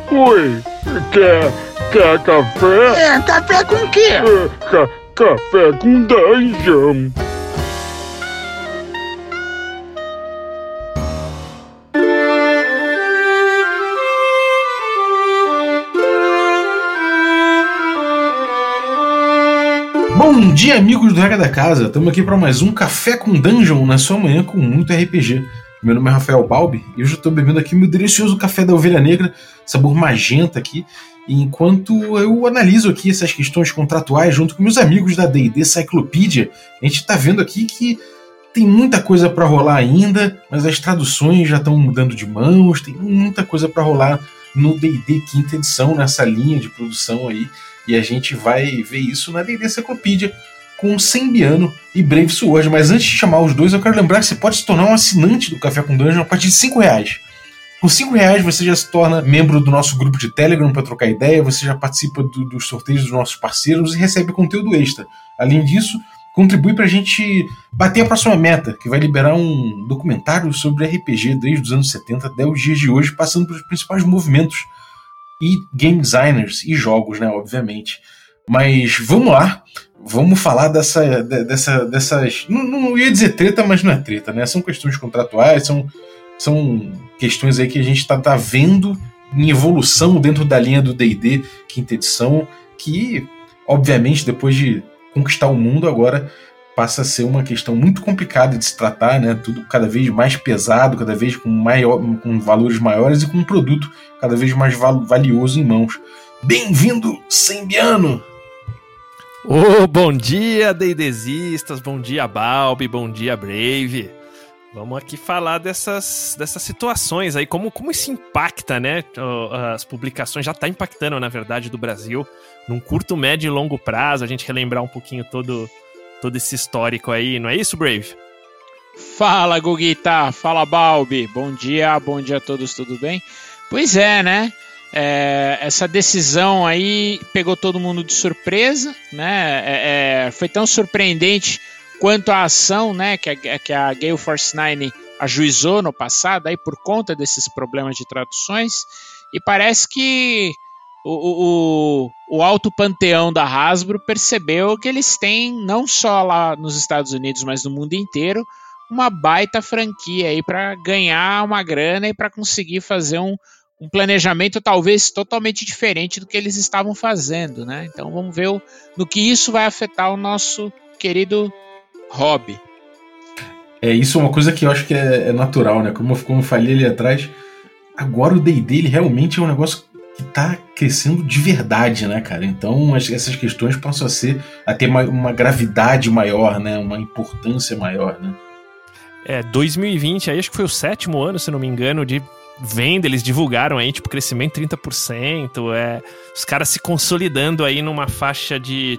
Oi, quer café? Café com o quê? Café com Dungeon. Bom dia, amigos do Regra da Casa. Estamos aqui para mais um Café com Dungeon na sua manhã com muito RPG. Meu nome é Rafael Balbi e hoje eu estou bebendo aqui o meu delicioso café da Ovelha Negra, sabor magenta aqui, enquanto eu analiso aqui essas questões contratuais junto com meus amigos da D&D Cyclopedia. A gente está vendo aqui que tem muita coisa para rolar ainda, mas as traduções já estão mudando de mãos, tem muita coisa para rolar no D&D quinta edição, nessa linha de produção aí, e a gente vai ver isso na D&D Cyclopedia com Sembiano e Brave Sword. Mas antes de chamar os dois, eu quero lembrar que você pode se tornar um assinante do Café com Dungeon a partir de R$5. Com R$5 você já se torna membro do nosso grupo de Telegram para trocar ideia, você já participa dos sorteios dos nossos parceiros e recebe conteúdo extra. Além disso, contribui para a gente bater a próxima meta, que vai liberar um documentário sobre RPG desde os anos 70 até os dias de hoje, passando pelos principais movimentos e game designers e jogos, né, obviamente. Mas vamos lá, vamos falar dessas... Não ia dizer treta, mas não é treta, né? São questões contratuais, são questões aí que a gente tá vendo em evolução dentro da linha do D&D quinta edição, que, obviamente, depois de conquistar o mundo, agora passa a ser uma questão muito complicada de se tratar, né? Tudo cada vez mais pesado, cada vez com valores maiores e com um produto cada vez mais valioso em mãos. Bem-vindo, Sembiano! Bom dia, D&Dzistas, bom dia, Balbi, bom dia, Brave. Vamos aqui falar dessas situações aí, como isso impacta, né? As publicações já tá impactando, na verdade, do Brasil, num curto, médio e longo prazo, a gente relembrar um pouquinho todo esse histórico aí, não é isso, Brave? Fala, Guguita, fala, Balbi, bom dia a todos, tudo bem? Pois é, né? Essa decisão aí pegou todo mundo de surpresa, né? Foi tão surpreendente quanto a ação, né, que a Gale Force 9 ajuizou no passado aí por conta desses problemas de traduções, e parece que o alto panteão da Hasbro percebeu que eles têm, não só lá nos Estados Unidos, mas no mundo inteiro, uma baita franquia aí para ganhar uma grana e para conseguir fazer um planejamento talvez totalmente diferente do que eles estavam fazendo, né? Então vamos ver no que isso vai afetar o nosso querido hobby. Isso é uma coisa que eu acho que é natural, né? Como eu falei ali atrás, agora o D&D ele realmente é um negócio que tá crescendo de verdade, né, cara? Então essas questões passam a ter uma gravidade maior, né? Uma importância maior, né? 2020, aí acho que foi o 7º ano, se não me engano, de venda, eles divulgaram aí, tipo, crescimento 30%, os caras se consolidando aí numa faixa de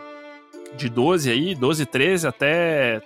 12 aí, 12, 13 até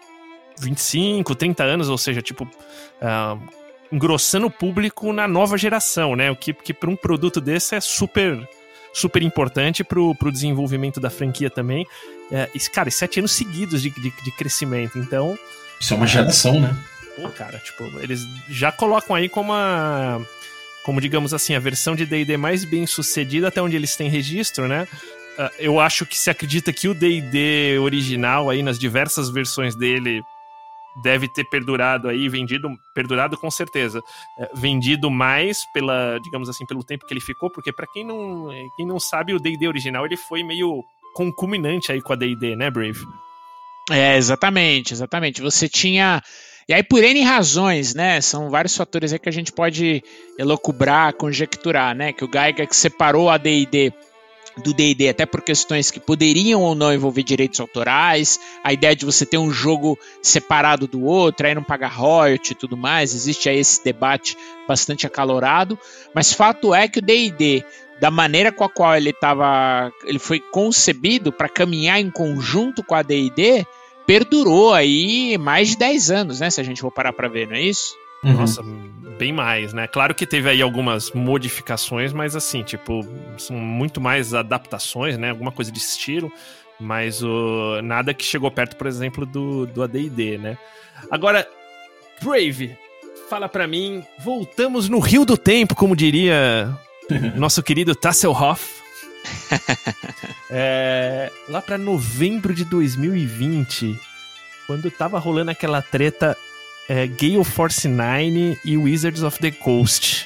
25, 30 anos, ou seja, engrossando o público na nova geração, né, o que para um produto desse é super, super importante pro desenvolvimento da franquia também, cara, 7 anos seguidos de crescimento, então... Isso é uma geração, né? Pô, cara, eles já colocam aí como digamos assim, a versão de D&D mais bem sucedida até onde eles têm registro, né? Eu acho que se acredita que o D&D original aí, nas diversas versões dele, deve ter perdurado com certeza, vendido mais digamos assim, pelo tempo que ele ficou, porque pra quem não sabe, o D&D original, ele foi meio concomitante aí com a D&D, né, Brave? Exatamente. Você tinha... E aí, por N razões, né, são vários fatores aí que a gente pode elocubrar, conjecturar, né, que o Gygax separou a D&D do D&D até por questões que poderiam ou não envolver direitos autorais, a ideia de você ter um jogo separado do outro, aí não pagar royalty e tudo mais, existe aí esse debate bastante acalorado, mas fato é que o D&D, da maneira com a qual ele foi concebido para caminhar em conjunto com a D&D, perdurou aí mais de 10 anos, né? Se a gente for parar pra ver, não é isso? Nossa, bem mais, né? Claro que teve aí algumas modificações, mas assim, são muito mais adaptações, né? Alguma coisa de estilo, mas nada que chegou perto, por exemplo, do AD&D, né? Agora, Brave, fala pra mim, voltamos no Rio do Tempo, como diria nosso querido Tasselhoff. Lá pra novembro de 2020, quando tava rolando aquela treta Gale Force 9 e Wizards of the Coast.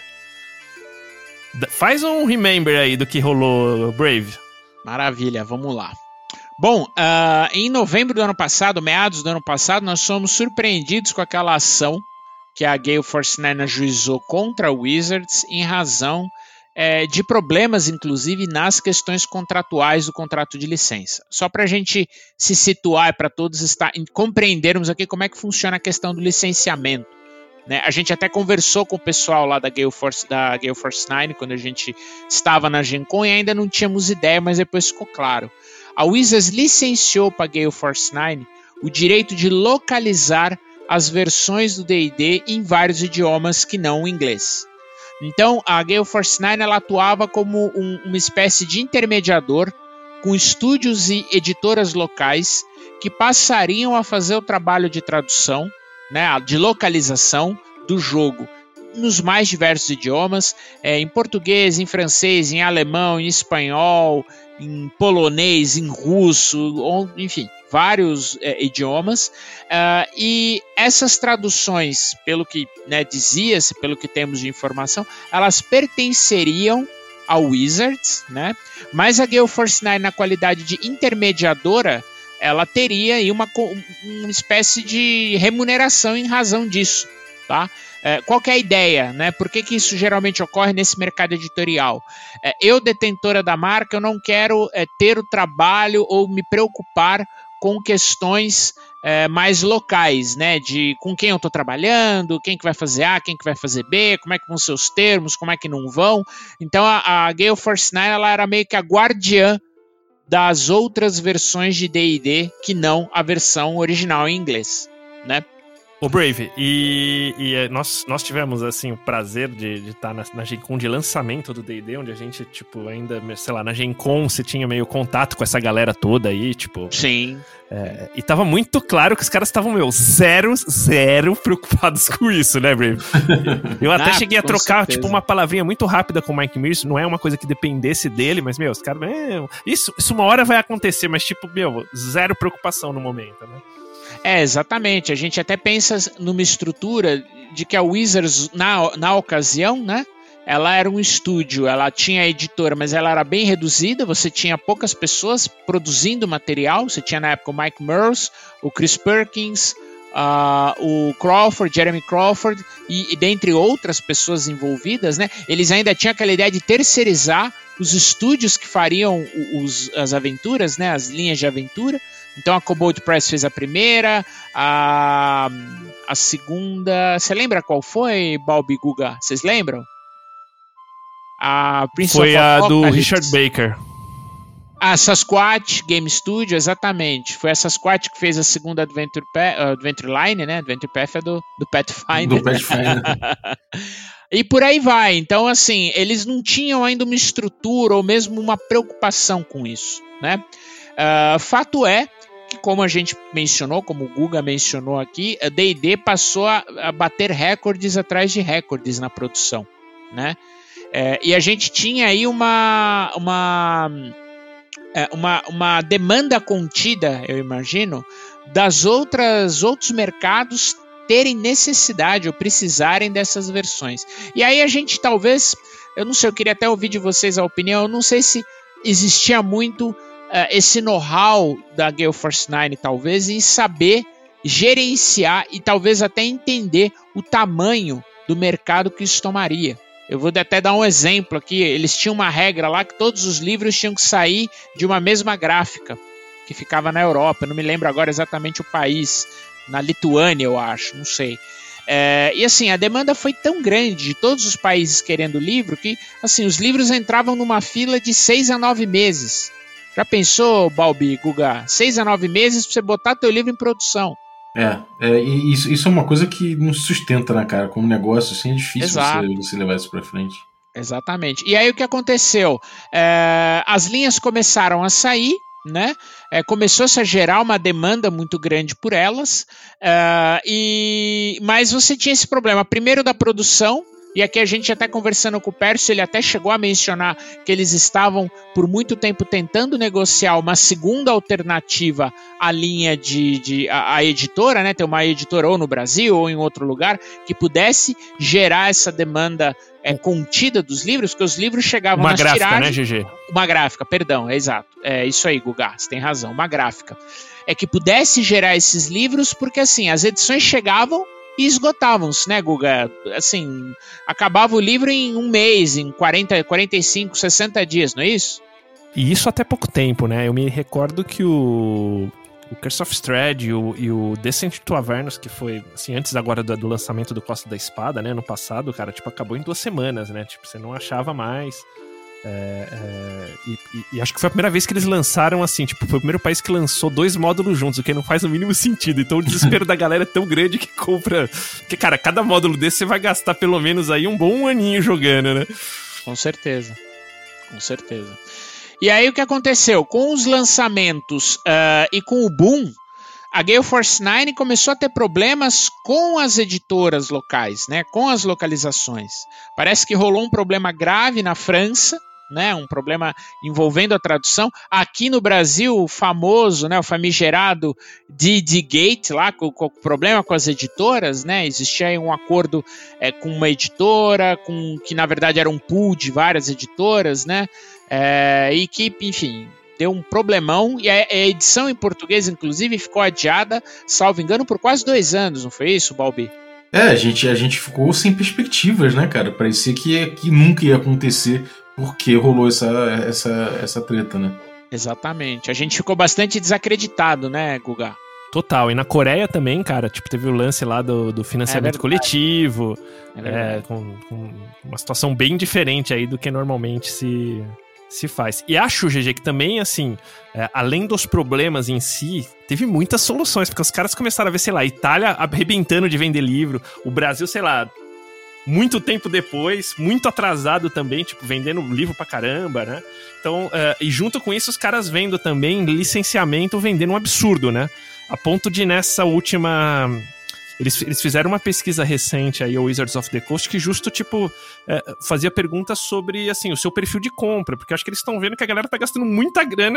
Faz um remember aí do que rolou, Brave. Maravilha, vamos lá. Bom, em novembro do ano passado, meados do ano passado, nós fomos surpreendidos com aquela ação que a Gale Force 9 ajuizou contra a Wizards em razão de problemas, inclusive, nas questões contratuais do contrato de licença. Só para a gente se situar e para todos compreendermos aqui como é que funciona a questão do licenciamento. Né? A gente até conversou com o pessoal lá da Gale Force 9 quando a gente estava na Gen Con e ainda não tínhamos ideia, mas depois ficou claro. A Wizards licenciou para a Gale Force 9 o direito de localizar as versões do D&D em vários idiomas que não o inglês. Então, a Gale Force 9 ela atuava como uma espécie de intermediador com estúdios e editoras locais que passariam a fazer o trabalho de tradução, né, de localização do jogo nos mais diversos idiomas, em português, em francês, em alemão, em espanhol, em polonês, em russo, enfim, vários idiomas. E essas traduções, pelo que dizia-se, pelo que temos de informação, elas pertenceriam ao Wizards, né? Mas a Gale Force 9, na qualidade de intermediadora, ela teria aí uma espécie de remuneração em razão disso, tá? Qual que é a ideia, né? Por que isso geralmente ocorre nesse mercado editorial? Eu, detentora da marca, eu não quero ter o trabalho ou me preocupar com questões mais locais, né? De com quem eu estou trabalhando, quem que vai fazer A, quem que vai fazer B, como é que vão ser os termos, como é que não vão. Então a Gale Force 9 ela era meio que a guardiã das outras versões de D&D que não a versão original em inglês, né? O Brave, e nós tivemos, assim, o prazer de estar na Gen Con de lançamento do D&D, onde a gente, tipo, ainda, sei lá, na Gen Con você tinha meio contato com essa galera toda aí, tipo... Sim. E tava muito claro que os caras estavam, zero preocupados com isso, né, Brave? Eu até cheguei a trocar, certeza, tipo, uma palavrinha muito rápida com o Mike Mears, não é uma coisa que dependesse dele, mas, os caras... Isso uma hora vai acontecer, mas, tipo, zero preocupação no momento, né? Exatamente. A gente até pensa numa estrutura de que a Wizards, na ocasião, né? Ela era um estúdio, ela tinha editora, mas ela era bem reduzida, você tinha poucas pessoas produzindo material, você tinha na época o Mike Mears, o Chris Perkins, o Crawford, Jeremy Crawford e dentre outras pessoas envolvidas, né? Eles ainda tinham aquela ideia de terceirizar os estúdios que fariam as aventuras, né? As linhas de aventura. Então a Kobold Press fez a primeira, a segunda... Você lembra qual foi, Balbi Guga? Vocês lembram? A Prince foi of a Apocalypse. Do Richard Baker. A Sasquatch Game Studio, exatamente. Foi a Sasquatch que fez a segunda Adventure Line, né? Adventure Path é do Pathfinder. Do Pathfinder. E por aí vai. Então, assim, eles não tinham ainda uma estrutura ou mesmo uma preocupação com isso, né? Fato é que, como a gente mencionou, como o Guga mencionou aqui, a D&D passou a bater recordes atrás de recordes na produção, né? E a gente tinha aí uma demanda contida, eu imagino, das outros mercados terem necessidade ou precisarem dessas versões. E aí a gente talvez, eu não sei, eu queria até ouvir de vocês a opinião, eu não sei se existia muito esse know-how da Gale Force 9, talvez, em saber gerenciar e talvez até entender o tamanho do mercado que isso tomaria. Eu vou até dar um exemplo aqui. Eles tinham uma regra lá que todos os livros tinham que sair de uma mesma gráfica, que ficava na Europa. Eu não me lembro agora exatamente o país. Na Lituânia, eu acho, não sei. E assim, a demanda foi tão grande de todos os países querendo livro que assim, os livros entravam numa fila de 6 a 9 meses. Já pensou, Balbi, Guga? 6 a 9 meses pra você botar teu livro em produção. E isso é uma coisa que não se sustenta, né, cara? Como negócio, assim, é difícil você levar isso pra frente. Exatamente. E aí o que aconteceu? As linhas começaram a sair, né? Começou-se a gerar uma demanda muito grande por elas, mas você tinha esse problema, primeiro da produção, E aqui a gente até conversando com o Pércio, ele até chegou a mencionar que eles estavam por muito tempo tentando negociar uma segunda alternativa à linha a editora, né? Ter uma editora ou no Brasil ou em outro lugar que pudesse gerar essa demanda contida dos livros, porque os livros chegavam nas tiragens... Uma gráfica, né, GG? Uma gráfica, perdão, é exato. É isso aí, Guga, você tem razão, uma gráfica. É que pudesse gerar esses livros, porque assim, as edições chegavam e esgotavam-se, né, Guga? Assim, acabava o livro em um mês, em 40, 45, 60 dias, não é isso? E isso até pouco tempo, né? Eu me recordo que o Curse of Strahd e o Descent to Avernus, que foi, assim, antes agora do lançamento do Costa da Espada, né, no passado, cara, tipo, acabou em 2 semanas, né? Tipo, você não achava mais... E acho que foi a primeira vez que eles lançaram assim, tipo, foi o primeiro país que lançou 2 módulos juntos, o que não faz o mínimo sentido. Então o desespero da galera é tão grande que compra. Porque, cara, cada módulo desse você vai gastar pelo menos aí um bom aninho jogando, né? Com certeza. Com certeza. E aí o que aconteceu? Com os lançamentos e com o boom, a Gale Force 9 começou a ter problemas com as editoras locais, né? Com as localizações. Parece que rolou um problema grave na França, né, um problema envolvendo a tradução. Aqui no Brasil, o famoso, né, o famigerado DD Gate, lá, com problema com as editoras, né, existia aí um acordo com uma editora, que na verdade era um pool de várias editoras, né, e que, enfim, deu um problemão, e a edição em português, inclusive, ficou adiada, salvo engano, por quase 2 anos, não foi isso, Balbi? A gente ficou sem perspectivas, né, cara? Parecia que nunca ia acontecer porque rolou essa treta, né? Exatamente. A gente ficou bastante desacreditado, né, Guga? Total. E na Coreia também, cara, tipo, teve o lance lá do financiamento coletivo, com uma situação bem diferente aí do que normalmente se faz. E acho, GG, que também, assim, além dos problemas em si, teve muitas soluções, porque os caras começaram a ver, sei lá, a Itália arrebentando de vender livro, o Brasil, sei lá, muito tempo depois, muito atrasado também, tipo, vendendo livro pra caramba, né? Então, e junto com isso, os caras vendo também licenciamento vendendo um absurdo, né? A ponto de nessa última... Eles fizeram uma pesquisa recente aí, o Wizards of the Coast, que justo, tipo, fazia perguntas sobre, assim, o seu perfil de compra, porque eu acho que eles estão vendo que a galera tá gastando muita grana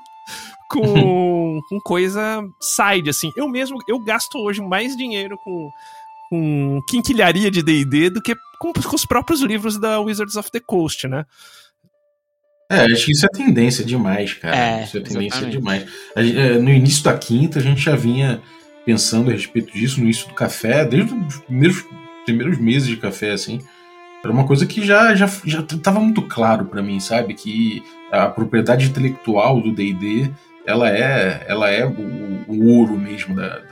com coisa side, assim. Eu gasto hoje mais dinheiro com quinquilharia de D&D do que com os próprios livros da Wizards of the Coast, né? Acho que isso é tendência demais, cara. Isso é tendência demais. No início da quinta, a gente já vinha pensando a respeito disso, no início do café, desde os primeiros meses de café, assim. Era uma coisa que já estava muito claro para mim, sabe? Que a propriedade intelectual do D&D, ela é o ouro mesmo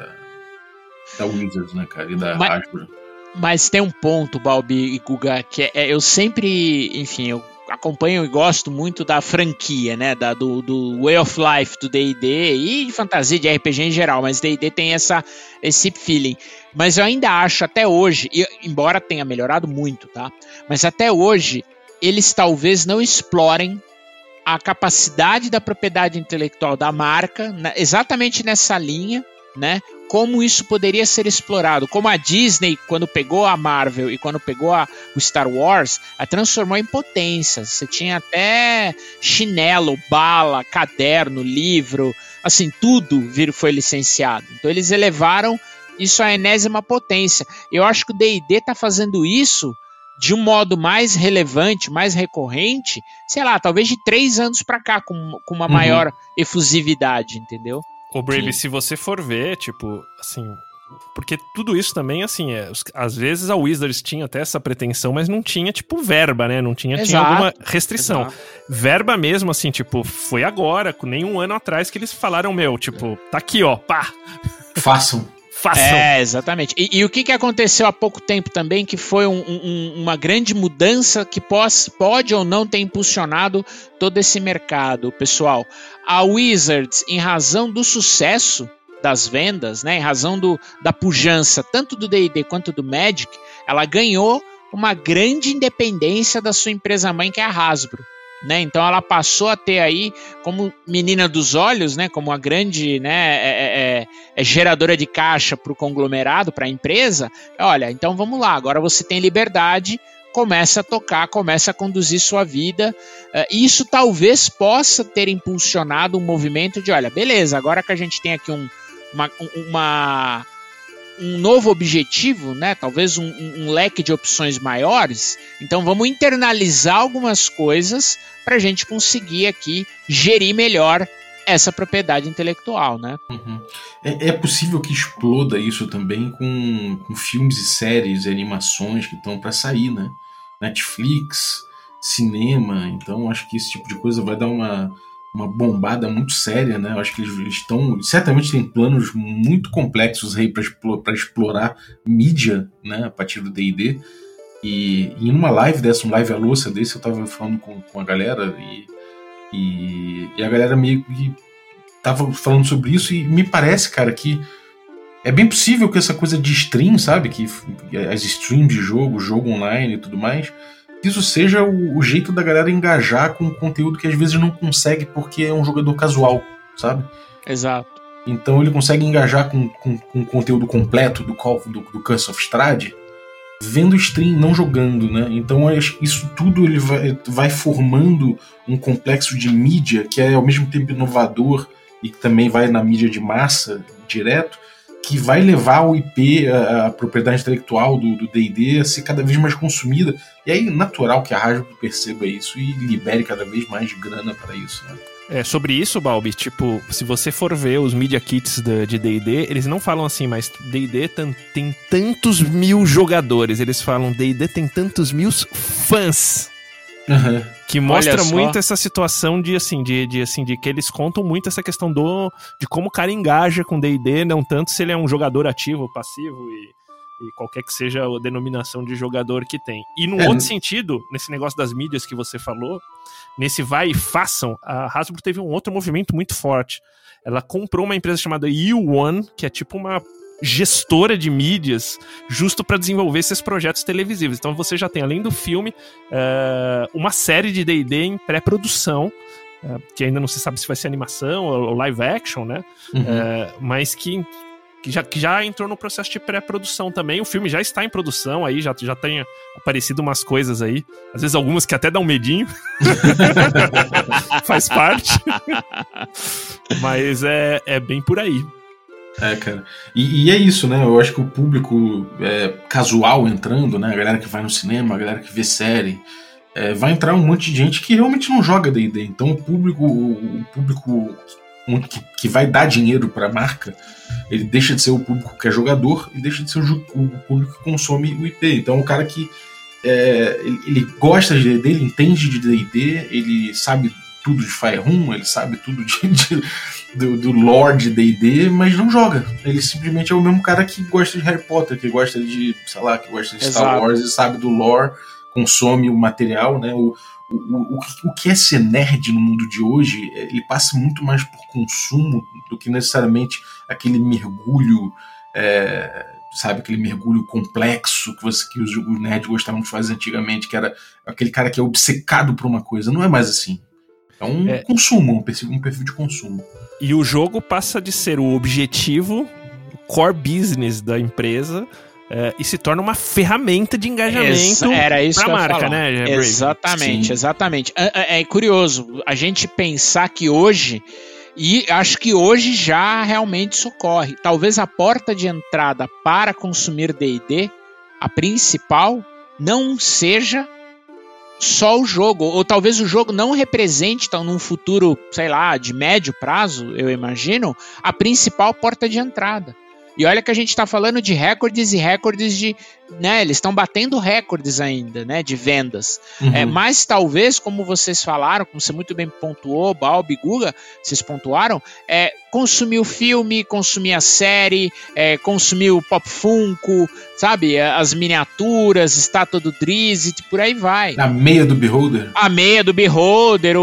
da Wizards, né, cara? E da Hasbro. Mas tem um ponto, Balbi e Guga, que eu sempre, enfim, eu acompanho e gosto muito da franquia, né, do Way of Life do D&D e de fantasia, de RPG em geral, mas D&D tem esse feeling. Mas eu ainda acho, até hoje, embora tenha melhorado muito, tá? Mas até hoje, eles talvez não explorem a capacidade da propriedade intelectual da marca, exatamente nessa linha, né? Como isso poderia ser explorado, como a Disney, quando pegou a Marvel e quando pegou o Star Wars, a transformou em potência. Você tinha até chinelo, bala, caderno, livro, assim, tudo foi licenciado. Então eles elevaram isso à enésima potência. Eu acho que o D&D está fazendo isso de um modo mais relevante, mais recorrente, sei lá, talvez de 3 anos para cá, com uma maior efusividade, entendeu? Ô, Brave, se você for ver, tipo, assim... Porque tudo isso também, assim, às vezes a Wizards tinha até essa pretensão, mas não tinha, tipo, verba, né? Não tinha, tinha alguma restrição. Exato. Verba mesmo, assim, tipo, foi agora, nem 1 ano atrás, que eles falaram, tipo, tá aqui, ó, pá! Façam. Exatamente. E o que aconteceu há pouco tempo também, que foi uma grande mudança que pode ou não ter impulsionado todo esse mercado, pessoal. A Wizards, em razão do sucesso das vendas, né, em razão da pujança tanto do D&D quanto do Magic, ela ganhou uma grande independência da sua empresa-mãe, que é a Hasbro. né? Então ela passou a ter aí como menina dos olhos, né? Como a grande, né? Geradora de caixa para o conglomerado, para a empresa. Olha, então vamos lá, agora você tem liberdade, começa a tocar, começa a conduzir sua vida. Isso talvez possa ter impulsionado um movimento de, olha, beleza, agora que a gente tem aqui um novo objetivo, né? Talvez um leque de opções maiores, então vamos internalizar algumas coisas para a gente conseguir aqui gerir melhor essa propriedade intelectual, né? Uhum. É possível que exploda isso também com filmes e séries e animações que estão para sair, né? Netflix, cinema, então acho que esse tipo de coisa vai dar uma bombada muito séria, né? Eu acho que eles estão, certamente tem planos muito complexos aí para explorar mídia, né? A partir do D&D. E em uma live dessa, um live à louça desse, eu tava falando com a galera e a galera meio que tava falando sobre isso e me parece, cara, que é bem possível que essa coisa de stream, sabe? Que as streams de jogo online e tudo mais, isso seja o jeito da galera engajar com conteúdo que às vezes não consegue porque é um jogador casual, sabe? Exato. Então ele consegue engajar com o conteúdo completo do Curse of Strahd vendo stream, não jogando, né? Então isso tudo ele vai formando um complexo de mídia que é ao mesmo tempo inovador e que também vai na mídia de massa direto, que vai levar o IP, a propriedade intelectual do D&D a ser cada vez mais consumida. E aí, natural que a Hasbro perceba isso e libere cada vez mais grana para isso, né? Sobre isso, Balbi, tipo, se você for ver os Media Kits de D&D, eles não falam assim, mas D&D tem tantos mil jogadores. Eles falam, D&D tem tantos mil fãs. Uhum. Que mostra muito essa situação de que eles contam muito essa questão de como o cara engaja com D&D, não tanto se ele é um jogador ativo ou passivo e qualquer que seja a denominação de jogador que tem. E num outro sentido, nesse negócio das mídias que você falou, nesse vai e façam, a Hasbro teve um outro movimento muito forte. Ela comprou uma empresa chamada U1, que é tipo uma gestora de mídias, justo para desenvolver esses projetos televisivos. Então você já tem, além do filme, uma série de D&D em pré-produção, que ainda não se sabe se vai ser animação ou live action, né? Uhum. Mas que já entrou no processo de pré-produção também. O filme já está em produção, aí já tem aparecido umas coisas aí, às vezes algumas que até dão medinho. Faz parte. Mas é bem por aí. Cara. E é isso, né? Eu acho que o público casual entrando, né? A galera que vai no cinema, a galera que vê série, vai entrar um monte de gente que realmente não joga D&D. Então o público que vai dar dinheiro para a marca, ele deixa de ser o público que é jogador e deixa de ser o público que consome o IP. Então o cara que ele gosta de D&D, ele entende de D&D, ele sabe tudo de Fire Room, ele sabe tudo do lore de D&D, mas não joga. Ele simplesmente é o mesmo cara que gosta de Harry Potter, que gosta de, sei lá, que gosta de Star Wars e sabe do lore, consome o material, né? O que é ser nerd no mundo de hoje, ele passa muito mais por consumo do que necessariamente aquele mergulho, sabe, aquele mergulho complexo que os nerds gostavam de fazer antigamente, que era aquele cara que é obcecado por uma coisa. Não é mais assim. É um consumo, um perfil de consumo. E o jogo passa de ser o objetivo, o core business da empresa, e se torna uma ferramenta de engajamento para a marca, né? Exatamente. É curioso a gente pensar que hoje, e acho que hoje já realmente isso ocorre, talvez a porta de entrada para consumir D&D, a principal, não seja só o jogo, ou talvez o jogo não represente, então, num futuro, sei lá, de médio prazo, eu imagino, a principal porta de entrada. E olha que a gente está falando de recordes e recordes de, né, eles estão batendo recordes ainda, né, de vendas. Uhum. Mas talvez, como vocês falaram, como você muito bem pontuou, Balbi, Guga, vocês pontuaram, consumir o filme, consumir a série, consumir o Pop Funko, sabe, as miniaturas, estátua do Drizzt, por aí vai. A meia do Beholder. A meia do Beholder,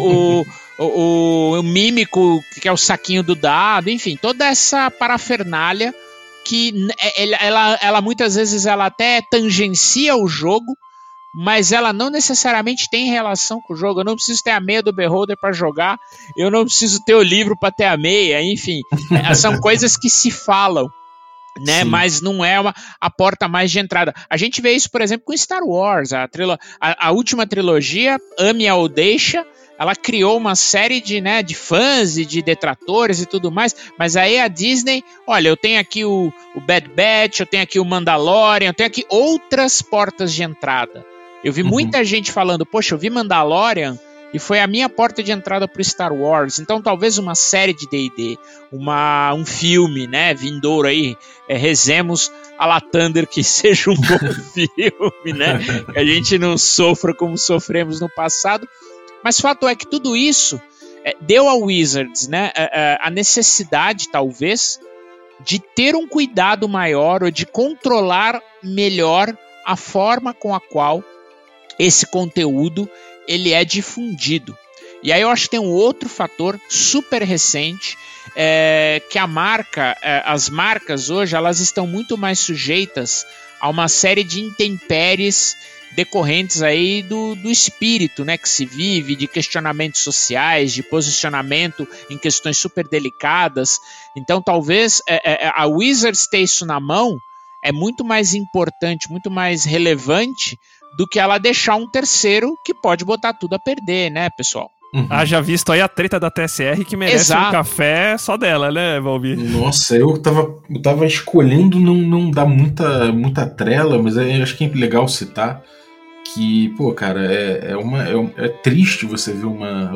o mímico, que é o saquinho do dado, enfim, toda essa parafernália que ela muitas vezes ela até tangencia o jogo, mas ela não necessariamente tem relação com o jogo. Eu não preciso ter a meia do Beholder para jogar, eu não preciso ter o livro para ter a meia, enfim. São coisas que se falam, né? Mas não é a porta mais de entrada. A gente vê isso, por exemplo, com Star Wars. A última trilogia, ame ou deixa, ela criou uma série de fãs e de detratores e tudo mais, mas aí a Disney, olha, eu tenho aqui o Bad Batch, eu tenho aqui o Mandalorian, eu tenho aqui outras portas de entrada. Eu vi muita gente falando, poxa, eu vi Mandalorian e foi a minha porta de entrada pro Star Wars. Então talvez uma série de D&D, um filme, né, vindouro aí, rezemos a La Thunder que seja um bom filme, né, que a gente não sofra como sofremos no passado. Mas fato é que tudo isso deu ao Wizards, né, a necessidade, talvez, de ter um cuidado maior ou de controlar melhor a forma com a qual esse conteúdo ele é difundido. E aí eu acho que tem um outro fator super recente, que as marcas hoje elas estão muito mais sujeitas a uma série de intempéries decorrentes aí do espírito, né, que se vive, de questionamentos sociais, de posicionamento em questões super delicadas. Então talvez a Wizards ter isso na mão é muito mais importante, muito mais relevante do que ela deixar um terceiro que pode botar tudo a perder, né, pessoal? Já visto aí a treta da TSR que merece um café só dela, né, Valbi? Nossa, eu tava escolhendo não dar muita trela, mas acho que é legal citar que, pô, cara, é triste você ver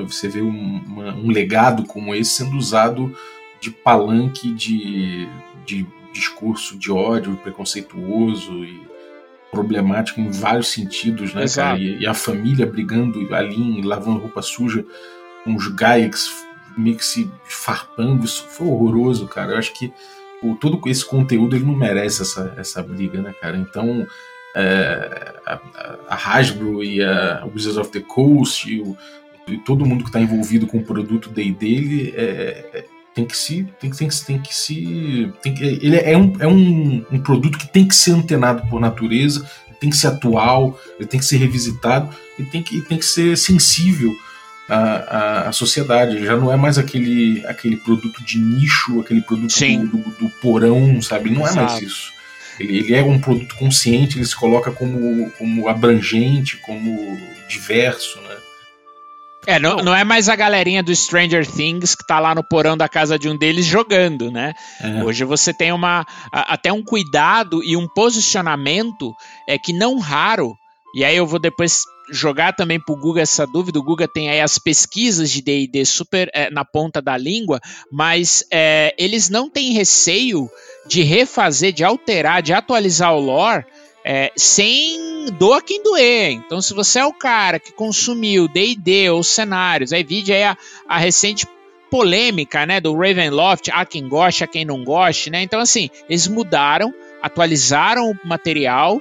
um legado como esse sendo usado de palanque de discurso de ódio preconceituoso e problemático em vários sentidos, né, cara? E a família brigando ali, lavando roupa suja, com os Gaeks meio que se farpando, isso foi horroroso, cara. Eu acho que todo esse conteúdo ele não merece essa briga, né, cara? Então a Hasbro e a Wizards of the Coast e todo mundo que está envolvido com o produto dele ele é um produto que tem que ser antenado por natureza, tem que ser atual, ele tem que ser revisitado e tem que ser sensível à sociedade. Já não é mais aquele produto de nicho, aquele produto do porão, sabe? Não é mais isso. Ele é um produto consciente, ele se coloca como abrangente, como diverso, né? Não é mais a galerinha do Stranger Things que tá lá no porão da casa de um deles jogando, né? Hoje você tem até um cuidado e um posicionamento que não raro, e aí eu vou depois jogar também pro Guga essa dúvida. O Guga tem aí as pesquisas de D&D super na ponta da língua, mas eles não têm receio de refazer, de alterar, de atualizar o lore sem doa quem doer. Então, se você é o cara que consumiu D&D ou cenários, aí vide aí a recente polêmica, né, do Ravenloft, há quem goste, há quem não goste, né? Então, assim, eles mudaram, atualizaram o material,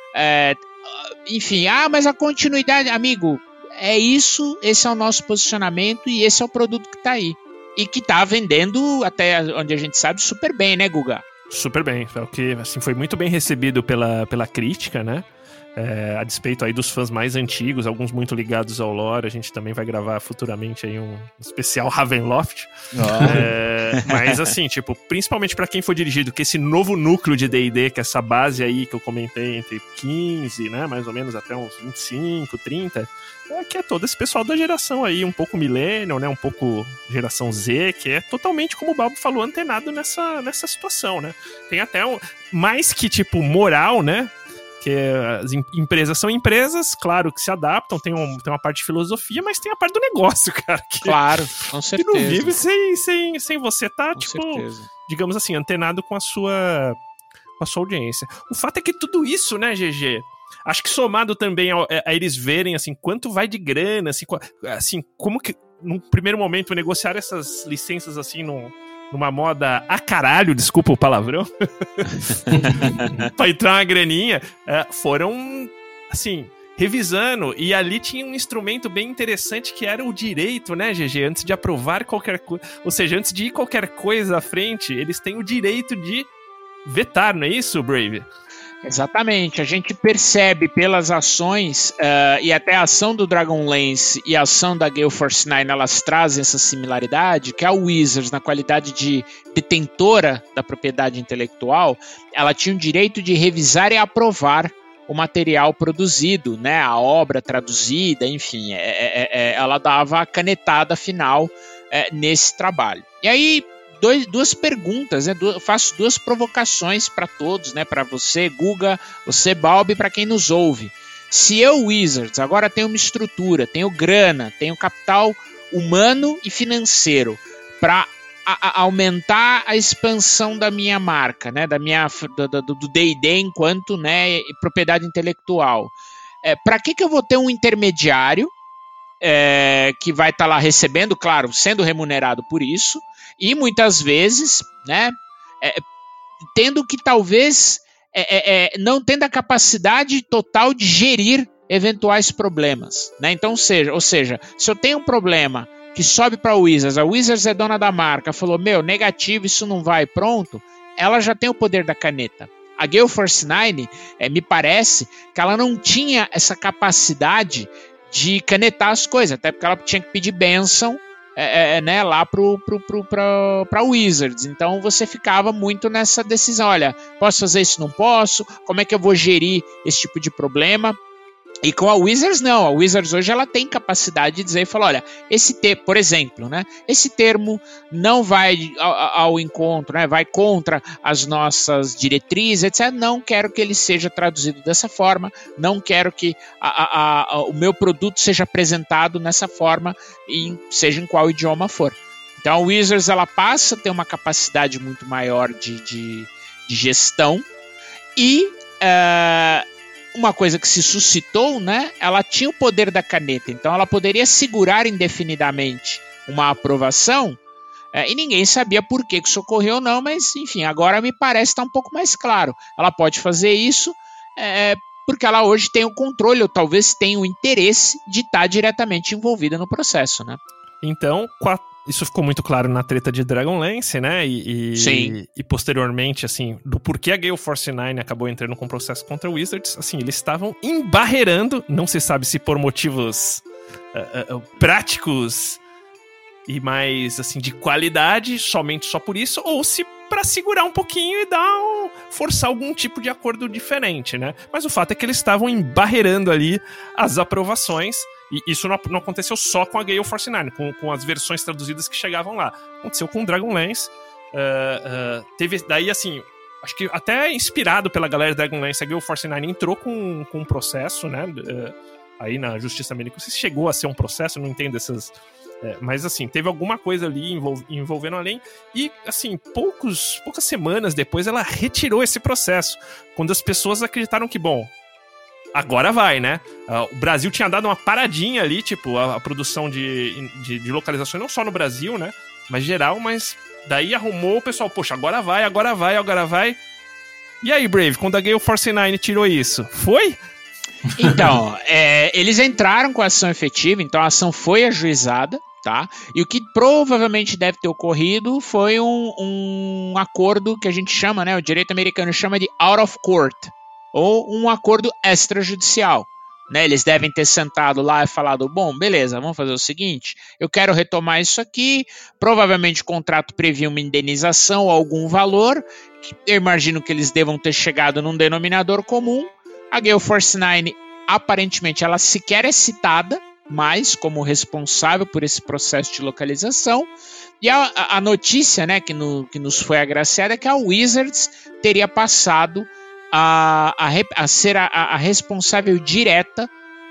enfim, mas a continuidade, amigo, é isso, esse é o nosso posicionamento e esse é o produto que tá aí. E que tá vendendo, até onde a gente sabe, super bem, né, Guga? Super bem, é o que assim, foi muito bem recebido pela crítica, né? A despeito aí dos fãs mais antigos, alguns muito ligados ao lore. A gente também vai gravar futuramente aí um especial Ravenloft. Mas assim, tipo, principalmente pra quem for dirigido, que esse novo núcleo de D&D, que é essa base aí que eu comentei entre 15, né, mais ou menos até uns 25, 30, que é todo esse pessoal da geração aí, um pouco millennial, né, um pouco geração Z, que é totalmente, como o Balbo falou, antenado nessa situação, né. Tem até mais que tipo moral, né, que as empresas são empresas, claro que se adaptam, tem uma parte de filosofia, mas tem a parte do negócio, cara. Claro, com certeza. Que não vive sem você estar, tipo, certeza, digamos assim, antenado com a sua audiência. O fato é que tudo isso, né, GG, acho que somado também a eles verem, assim, quanto vai de grana, assim, como que, num primeiro momento, negociar essas licenças, assim, numa moda a caralho, desculpa o palavrão, pra entrar uma graninha, foram, assim, revisando, e ali tinha um instrumento bem interessante que era o direito, né, GG, antes de aprovar qualquer coisa, ou seja, antes de ir qualquer coisa à frente, eles têm o direito de vetar, não é isso, Brave? Exatamente, a gente percebe pelas ações e até a ação do Dragonlance e a ação da Gale Force 9, elas trazem essa similaridade, que a Wizards, na qualidade de detentora da propriedade intelectual, ela tinha o direito de revisar e aprovar o material produzido, né, a obra traduzida, enfim, ela dava a canetada final nesse trabalho. E aí, duas perguntas, né? Faço duas provocações para todos, né? Para você, Guga, você, Balbi, para quem nos ouve. Se eu, Wizards, agora tenho uma estrutura, tenho grana, tenho capital humano e financeiro para aumentar a expansão da minha marca, né? Do D&D enquanto, né, propriedade intelectual, para que eu vou ter um intermediário que vai estar lá recebendo, claro, sendo remunerado por isso, e muitas vezes, né, tendo que talvez não tendo a capacidade total de gerir eventuais problemas, né? Então, ou seja, se eu tenho um problema que sobe para a Wizards é dona da marca, falou, negativo, isso não vai, pronto, ela já tem o poder da caneta. A Gale Force 9, me parece que ela não tinha essa capacidade de canetar as coisas, até porque ela tinha que pedir bênção né, lá para Wizards. Então você ficava muito nessa decisão, olha, posso fazer isso, não posso, como é que eu vou gerir esse tipo de problema? E com a Wizards não, a Wizards hoje ela tem capacidade de dizer e falar, olha, por exemplo, né, esse termo não vai ao encontro, né, vai contra as nossas diretrizes, etc. Não quero que ele seja traduzido dessa forma, não quero que o meu produto seja apresentado nessa forma, seja em qual idioma for. Então a Wizards ela passa a ter uma capacidade muito maior de gestão e uma coisa que se suscitou, né? Ela tinha o poder da caneta, então ela poderia segurar indefinidamente uma aprovação e ninguém sabia por que isso ocorreu ou não, mas enfim, agora me parece estar um pouco mais claro. Ela pode fazer isso porque ela hoje tem o controle ou talvez tenha o interesse de estar diretamente envolvida no processo, né? Então, isso ficou muito claro na treta de Dragonlance, né? E posteriormente, assim, do porquê a Gale Force 9 acabou entrando com processo contra o Wizards, assim, eles estavam embarreirando, não se sabe se por motivos práticos e mais, assim, de qualidade, somente só por isso, ou se para segurar um pouquinho e forçar algum tipo de acordo diferente, né? Mas o fato é que eles estavam embarreirando ali as aprovações. E isso não aconteceu só com a Gale Force 9, com as versões traduzidas que chegavam lá. Aconteceu com o Dragonlance. Teve daí, assim, acho que até inspirado pela galera do Dragonlance, a Gale Force 9 entrou com um processo, né? Aí na Justiça Americana. Não sei se chegou a ser um processo, não entendo essas... mas, assim, teve alguma coisa ali envolvendo além. E, assim, poucas semanas depois ela retirou esse processo. Quando as pessoas acreditaram que, bom... Agora vai, né? O Brasil tinha dado uma paradinha ali, tipo, a produção de localizações, não só no Brasil, né? Mas geral, mas daí arrumou o pessoal, poxa, agora vai. E aí, Brave, quando a Gale Force 9 tirou isso, foi? Então, eles entraram com a ação efetiva, então a ação foi ajuizada, tá? E o que provavelmente deve ter ocorrido foi um acordo que a gente chama, né? O direito americano chama de out of court, ou um acordo extrajudicial, né? Eles devem ter sentado lá e falado, bom, beleza, vamos fazer o seguinte, eu quero retomar isso aqui, provavelmente o contrato previa uma indenização ou algum valor, eu imagino que eles devam ter chegado num denominador comum. A Gale Force 9, aparentemente, ela sequer é citada mais como responsável por esse processo de localização, e a notícia, né, que nos foi agraciada é que a Wizards teria passado a ser a responsável direta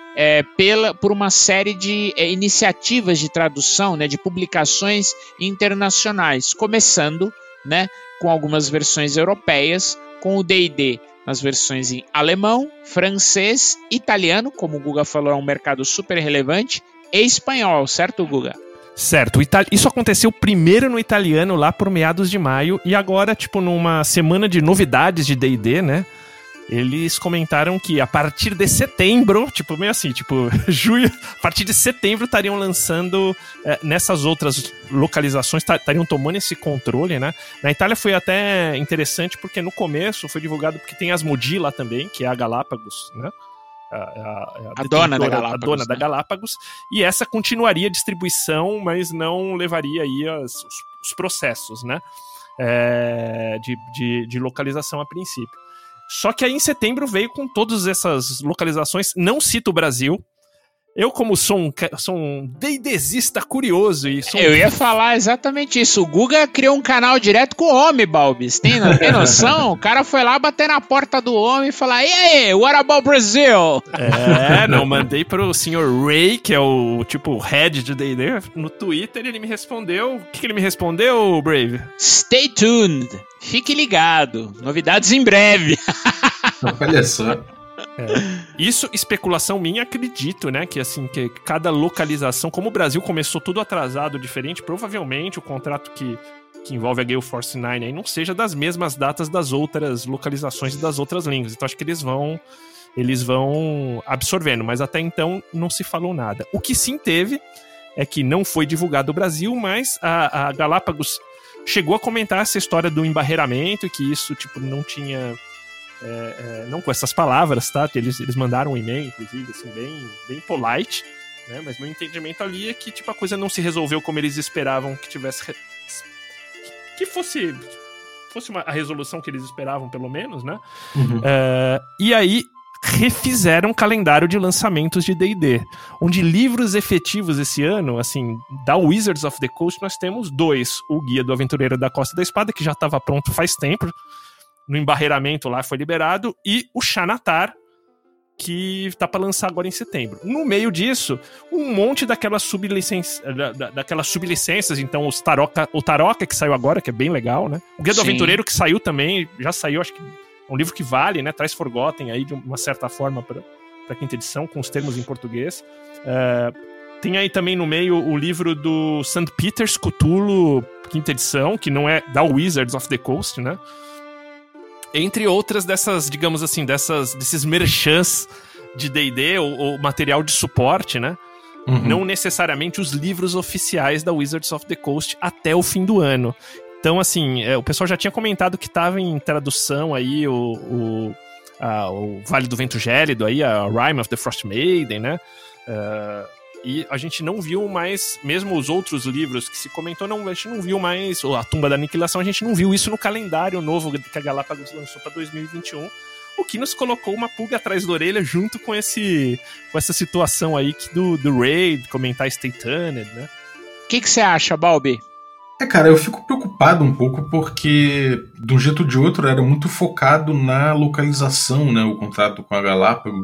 por uma série de iniciativas de tradução, né, de publicações internacionais, começando, né, com algumas versões europeias, com o D&D nas versões em alemão, francês, italiano, como o Guga falou, é um mercado super relevante, e espanhol, certo, Guga? Certo, isso aconteceu primeiro no italiano lá por meados de maio e agora, tipo, numa semana de novidades de D&D, né? eles comentaram que a partir de setembro, tipo, meio assim, tipo, julho, a partir de setembro estariam lançando nessas outras localizações, estariam tomando esse controle, né? Na Itália foi até interessante porque no começo foi divulgado porque tem Asmodee lá também, que é a Galápagos, né? A dona da Galápagos, e essa continuaria a distribuição, mas não levaria aí os processos, né? De localização a princípio. Só que aí em setembro veio com todas essas localizações, não cito o Brasil. Eu, como sou um D&Dzista curioso e Eu ia falar exatamente isso. O Guga criou um canal direto com o homem, Balbis. Tem noção? O cara foi lá bater na porta do homem e falar: e aí, what about Brazil? Não, mandei pro Sr. Ray, que é o tipo head de D&D, no Twitter, e ele me respondeu. O que ele me respondeu, Brave? Stay tuned. Fique ligado. Novidades em breve. Olha só. Isso, especulação minha, acredito, né? Que assim, que cada localização, como o Brasil começou tudo atrasado, diferente, provavelmente o contrato que envolve a Gale Force 9 aí não seja das mesmas datas das outras localizações e das outras línguas. Então acho que eles vão absorvendo, mas até então não se falou nada. O que sim teve é que não foi divulgado o Brasil, mas a Galápagos chegou a comentar essa história do embarreiramento e que isso, tipo, não tinha... não com essas palavras, tá? Eles mandaram um e-mail, inclusive, assim, bem polite, né? Mas meu entendimento ali é que, tipo, a coisa não se resolveu como eles esperavam que tivesse... que fosse a resolução que eles esperavam, pelo menos, né? Uhum. E aí refizeram um calendário de lançamentos de D&D, onde livros efetivos esse ano, assim, da Wizards of the Coast, nós temos 2. O Guia do Aventureiro da Costa da Espada, que já estava pronto faz tempo, no embarreiramento lá foi liberado, e o Xanatar, que tá para lançar agora em setembro. No meio disso, um monte daquelas sublicenças, então o Taroca, que saiu agora, que é bem legal, né? O Guia do Aventureiro, que saiu também, já saiu, acho que é um livro que vale, né? Traz Forgotten aí, de uma certa forma, pra quinta edição, com os termos em português. Tem aí também no meio o livro do St. Peter's Cthulhu, quinta edição, que não é da Wizards of the Coast, né? Entre outras dessas, digamos assim, desses merchants de D&D ou material de suporte, né? Uhum. Não necessariamente os livros oficiais da Wizards of the Coast até o fim do ano. Então, assim, o pessoal já tinha comentado que estava em tradução aí o Vale do Vento Gélido, aí, a Rime of the Frost Maiden, né? E a gente não viu mais, mesmo os outros livros que se comentou, a gente não viu mais, ou a Tumba da Aniquilação, a gente não viu isso no calendário novo que a Galápagos lançou para 2021, o que nos colocou uma pulga atrás da orelha junto com essa situação aí do Raid, comentar Stay Tuned, né? O que você acha, Balbi? Cara, eu fico preocupado um pouco porque, de um jeito ou de outro, era muito focado na localização, né, o contrato com a Galápagos.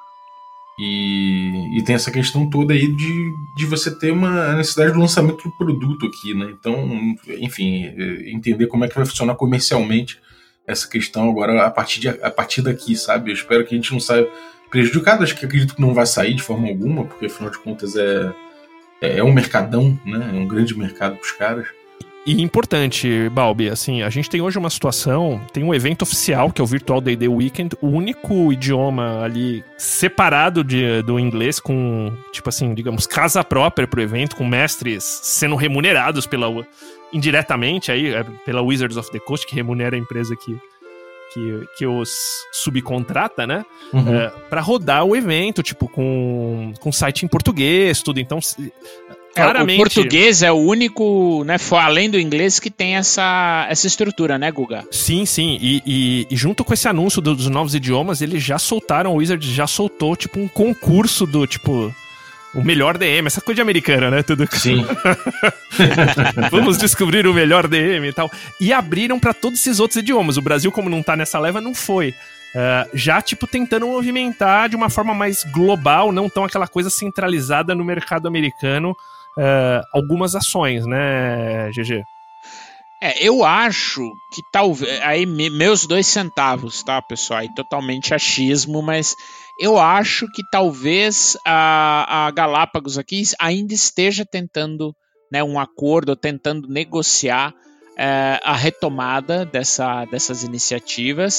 E tem essa questão toda aí de você ter uma necessidade do lançamento do produto aqui, né? Então, enfim, entender como é que vai funcionar comercialmente essa questão agora a partir daqui, sabe? Eu espero que a gente não saia prejudicado, acho que acredito que não vai sair de forma alguma, porque afinal de contas é um mercadão, né? É um grande mercado para os caras. E importante, Balbi, assim, a gente tem hoje uma situação, tem um evento oficial, que é o Virtual D&D Weekend, o único idioma ali separado do inglês, com, tipo assim, digamos, casa própria pro evento, com mestres sendo remunerados indiretamente aí, pela Wizards of the Coast, que remunera a empresa que os subcontrata, né? Uhum. Pra rodar o evento, tipo, com site em português, tudo, então... Claramente. O português é o único, né, além do inglês, que tem essa estrutura, né, Guga? Sim. E junto com esse anúncio dos novos idiomas, eles já soltaram, o Wizard já soltou, tipo, um concurso do, tipo, o melhor DM, essa coisa de americana, né? Tudo. Sim. Vamos descobrir o melhor DM e tal. E abriram pra todos esses outros idiomas. O Brasil, como não tá nessa leva, não foi. Já, tipo, tentando movimentar de uma forma mais global, não tão aquela coisa centralizada no mercado americano, algumas ações, né, GG? Eu acho que talvez... Aí, meus 2 centavos, tá, pessoal? Aí, totalmente achismo, mas eu acho que talvez a Galápagos aqui ainda esteja tentando, né, um acordo, tentando negociar a retomada dessas iniciativas.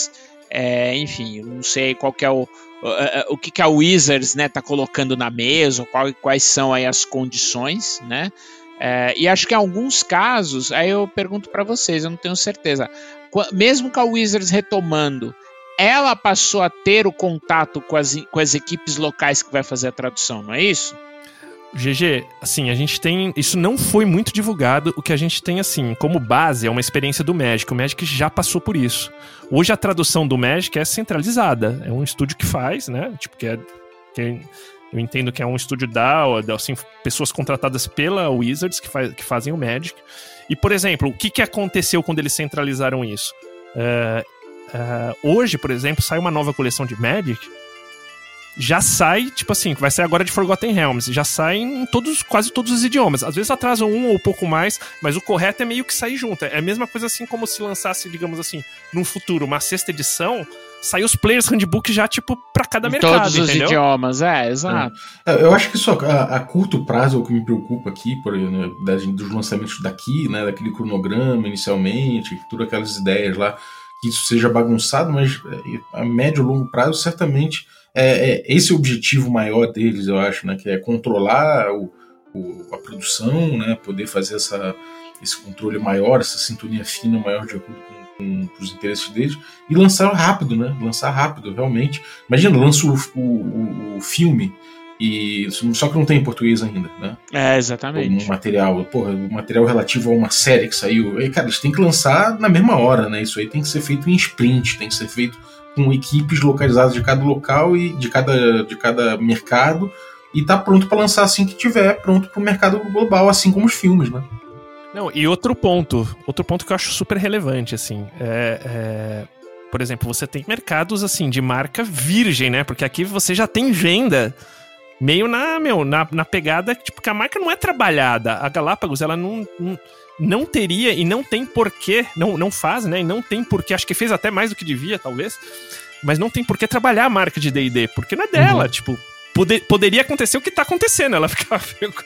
Enfim, eu não sei qual que é o que a Wizards, né, tá colocando na mesa, quais são aí as condições, né? E acho que em alguns casos, aí eu pergunto para vocês, eu não tenho certeza, mesmo com a Wizards retomando, ela passou a ter o contato com as equipes locais que vai fazer a tradução, não é isso? GG, assim, a gente tem... Isso não foi muito divulgado. O que a gente tem, assim, como base é uma experiência do Magic. O Magic já passou por isso. Hoje a tradução do Magic é centralizada. É um estúdio que faz, né? Tipo, eu entendo que é um estúdio assim, pessoas contratadas pela Wizards que fazem o Magic. E, por exemplo, o que aconteceu quando eles centralizaram isso? Hoje, por exemplo, sai uma nova coleção de Magic. Já sai, tipo assim, vai sair agora de Forgotten Realms, já sai em quase todos os idiomas. Às vezes atrasam um ou pouco mais, mas o correto é meio que sair junto. É a mesma coisa assim como se lançasse, digamos assim, num futuro, uma 6ª edição, sai os Players Handbook já, tipo, pra cada mercado, todos os entendeu? Idiomas, exato. Eu acho que isso a curto prazo é o que me preocupa aqui, né, dos lançamentos daqui, né, daquele cronograma inicialmente, todas aquelas ideias lá, que isso seja bagunçado, mas a médio e longo prazo, certamente, esse objetivo maior deles, eu acho, né, que é controlar a produção, né, poder fazer esse controle maior, essa sintonia fina maior de acordo com os interesses deles, e lançar rápido, né, realmente. Imagina, lança o filme, só que não tem em português ainda, né? Exatamente. O material relativo a uma série que saiu, cara, eles têm que lançar na mesma hora, né, isso aí tem que ser feito em sprint, tem que ser feito com equipes localizadas de cada local e de cada mercado, e tá pronto para lançar assim que tiver pronto pro mercado global, assim como os filmes, né? Não, e outro ponto que eu acho super relevante, assim, por exemplo, você tem mercados, assim, de marca virgem, né? Porque aqui você já tem venda meio na pegada, tipo, que a marca não é trabalhada. A Galápagos, ela não teria e não tem porquê, não faz, né? E não tem porquê, acho que fez até mais do que devia, talvez, mas não tem porquê trabalhar a marca de D&D, porque não é dela, tipo, poderia acontecer o que tá acontecendo, ela ficar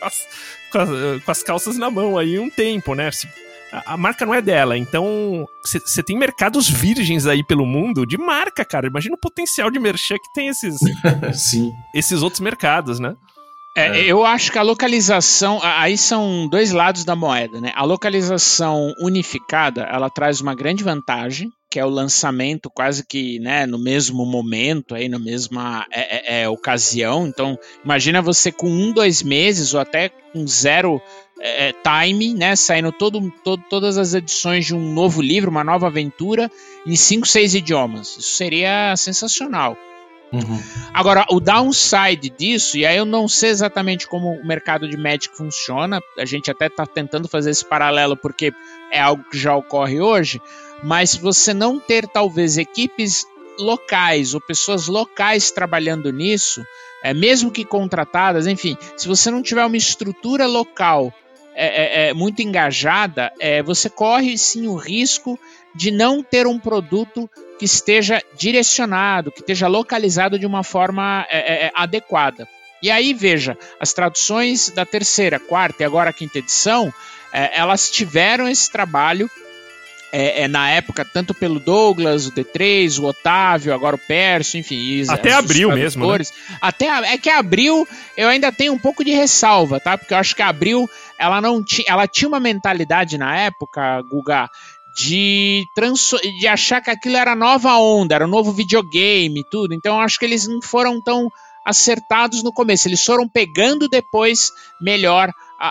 com as calças na mão aí um tempo, né? A marca não é dela, então você tem mercados virgens aí pelo mundo de marca, cara. Imagina o potencial de merchan que tem esses outros mercados, né? Eu acho que a localização, aí são dois lados da moeda, né? A localização unificada, ela traz uma grande vantagem, que é o lançamento quase que, né, no mesmo momento, aí, na mesma ocasião. Então, imagina você com 1-2 meses ou até com 0 timing, né, saindo todas as edições de um novo livro, uma nova aventura, em 5-6 idiomas. Isso seria sensacional. Uhum. Agora, o downside disso, e aí eu não sei exatamente como o mercado de Magic funciona, a gente até está tentando fazer esse paralelo porque é algo que já ocorre hoje, mas se você não ter talvez equipes locais ou pessoas locais trabalhando nisso, mesmo que contratadas, enfim, se você não tiver uma estrutura local muito engajada, você corre sim o risco de não ter um produto que esteja direcionado, que esteja localizado de uma forma adequada. E aí, veja, as traduções da 3ª, 4ª e agora a 5ª edição, elas tiveram esse trabalho na época, tanto pelo Douglas, o D3, o Otávio, agora o Pércio, enfim. Até Abril mesmo, né? É que a Abril eu ainda tenho um pouco de ressalva, tá? Porque eu acho que a Abril, ela tinha uma mentalidade na época, Guga, de achar que aquilo era nova onda, era um novo videogame e tudo. Então eu acho que eles não foram tão acertados no começo. Eles foram pegando depois melhor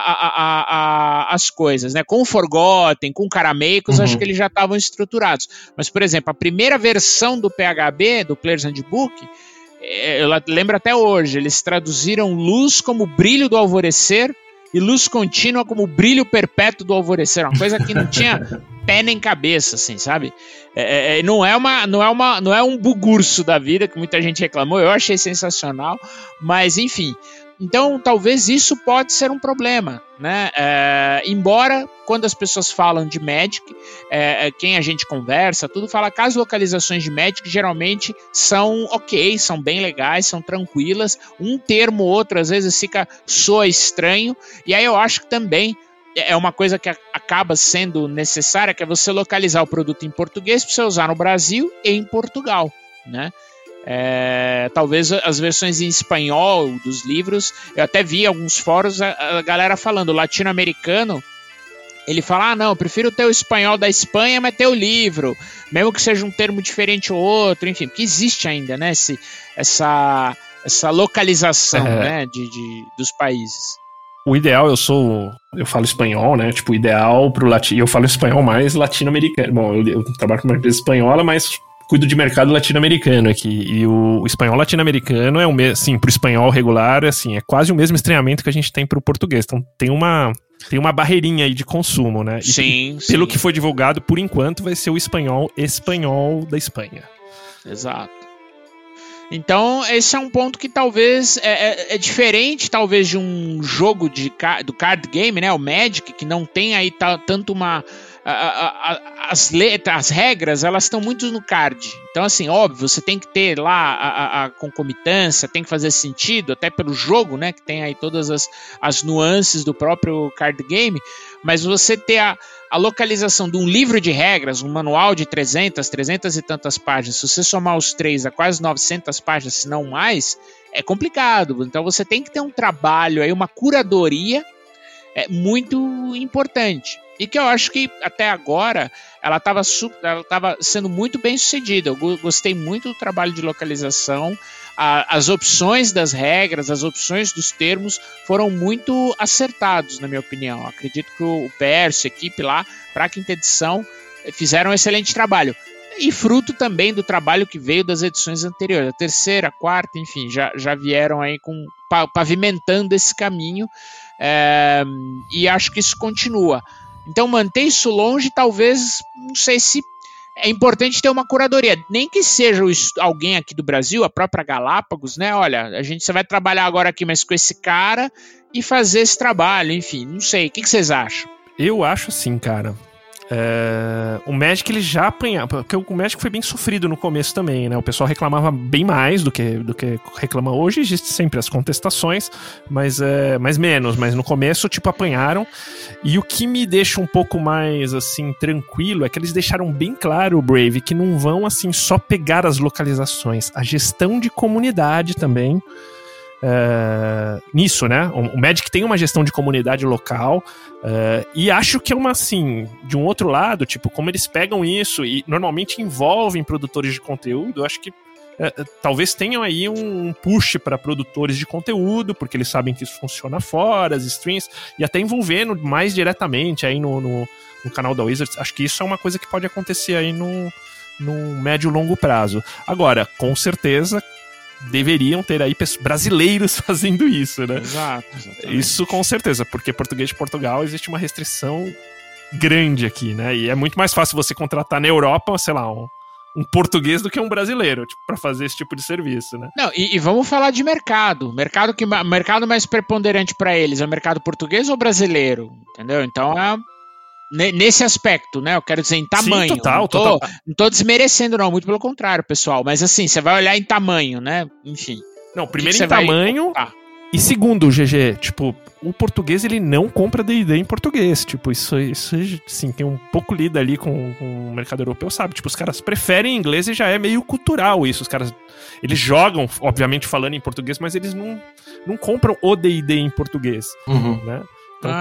as coisas, né? Com o Forgotten, com o Carameicos, acho que eles já estavam estruturados. Mas, por exemplo, a primeira versão do PHB, do Player's Handbook, eu lembro até hoje, eles traduziram luz como brilho do alvorecer e luz contínua como brilho perpétuo do alvorecer, uma coisa que não tinha pé nem cabeça, assim, sabe? Não é um bugurso da vida, que muita gente reclamou, eu achei sensacional, mas enfim. Então, talvez isso pode ser um problema, né? Embora, quando as pessoas falam de Magic, quem a gente conversa, tudo fala que as localizações de Magic geralmente são ok, são bem legais, são tranquilas. Um termo ou outro, às vezes, soa estranho. E aí eu acho que também é uma coisa que acaba sendo necessária, que é você localizar o produto em português para você usar no Brasil e em Portugal, né? Talvez as versões em espanhol dos livros, eu até vi alguns fóruns a galera falando, o latino-americano, ele fala, não, eu prefiro ter o espanhol da Espanha, mas ter o livro, mesmo que seja um termo diferente ou outro, enfim, porque existe ainda, né, essa localização, né, dos países. O ideal, eu falo espanhol, né? Tipo, o ideal pro latino. Eu falo espanhol mais latino-americano. Bom, eu trabalho com uma empresa espanhola, mas cuido de mercado latino-americano aqui. E o espanhol latino-americano é o mesmo, assim, pro espanhol regular, assim, é quase o mesmo estranhamento que a gente tem pro português. Então tem uma barreirinha aí de consumo, né? E sim. Pelo que foi divulgado, por enquanto, vai ser o espanhol da Espanha. Exato. Então, esse é um ponto que talvez é diferente, talvez, de um jogo do card game, né? O Magic, que não tem aí tanto as regras, elas estão muito no card. Então, assim, óbvio, você tem que ter lá a concomitância, tem que fazer sentido, até pelo jogo, né? Que tem aí todas as nuances do próprio card game. Mas você ter a localização de um livro de regras, um manual de 300 e tantas páginas, se você somar os 3 a quase 900 páginas, se não mais, é complicado. Então você tem que ter um trabalho, aí, uma curadoria muito importante. E que eu acho que até agora ela estava sendo muito bem sucedida. Eu gostei muito do trabalho de localização. As opções das regras, as opções dos termos foram muito acertados, na minha opinião. Eu acredito que o Pércio, a equipe lá, para a quinta edição, fizeram um excelente trabalho. E fruto também do trabalho que veio das edições anteriores. A terceira, a quarta, enfim, já vieram aí pavimentando esse caminho. E acho que isso continua. Então manter isso longe, talvez, não sei se é importante ter uma curadoria, nem que seja alguém aqui do Brasil, a própria Galápagos, né? Olha, você vai trabalhar agora aqui, mas com esse cara e fazer esse trabalho, enfim, não sei. O que vocês acham? Eu acho assim, cara. O Magic ele já apanhava, porque o Magic foi bem sofrido no começo também, né? O pessoal reclamava bem mais do que reclama hoje. Existem sempre as contestações, mas menos. Mas no começo, tipo, apanharam. E o que me deixa um pouco mais, assim, tranquilo é que eles deixaram bem claro, o Brave, que não vão, assim, só pegar as localizações. A gestão de comunidade também. Nisso, né? O Magic tem uma gestão de comunidade local, e acho que é uma, assim, de um outro lado, tipo, como eles pegam isso e normalmente envolvem produtores de conteúdo, acho que talvez tenham aí um push para produtores de conteúdo, porque eles sabem que isso funciona fora, as streams, e até envolvendo mais diretamente aí no canal da Wizards. Acho que isso é uma coisa que pode acontecer aí no médio e longo prazo. Agora, com certeza deveriam ter aí brasileiros fazendo isso, né? Exato. Isso com certeza, porque português de Portugal existe uma restrição grande aqui, né? E é muito mais fácil você contratar na Europa, sei lá, um português do que um brasileiro, tipo, para fazer esse tipo de serviço, né? Não, e vamos falar de mercado. Mercado mais preponderante para eles é o mercado português ou brasileiro? Entendeu? Então nesse aspecto, né? Eu quero dizer em tamanho. Sim, total. Não tô desmerecendo, não, muito pelo contrário, pessoal. Mas assim, você vai olhar em tamanho, né? Enfim. Não, primeiro em tamanho. E segundo, GG, tipo, o português ele não compra D&D em português. Tipo, isso sim, quem um pouco lida ali com o mercado europeu sabe. Tipo, os caras preferem inglês e já é meio cultural isso. Os caras, eles jogam, obviamente, falando em português, mas eles não compram o D&D em português, né? Então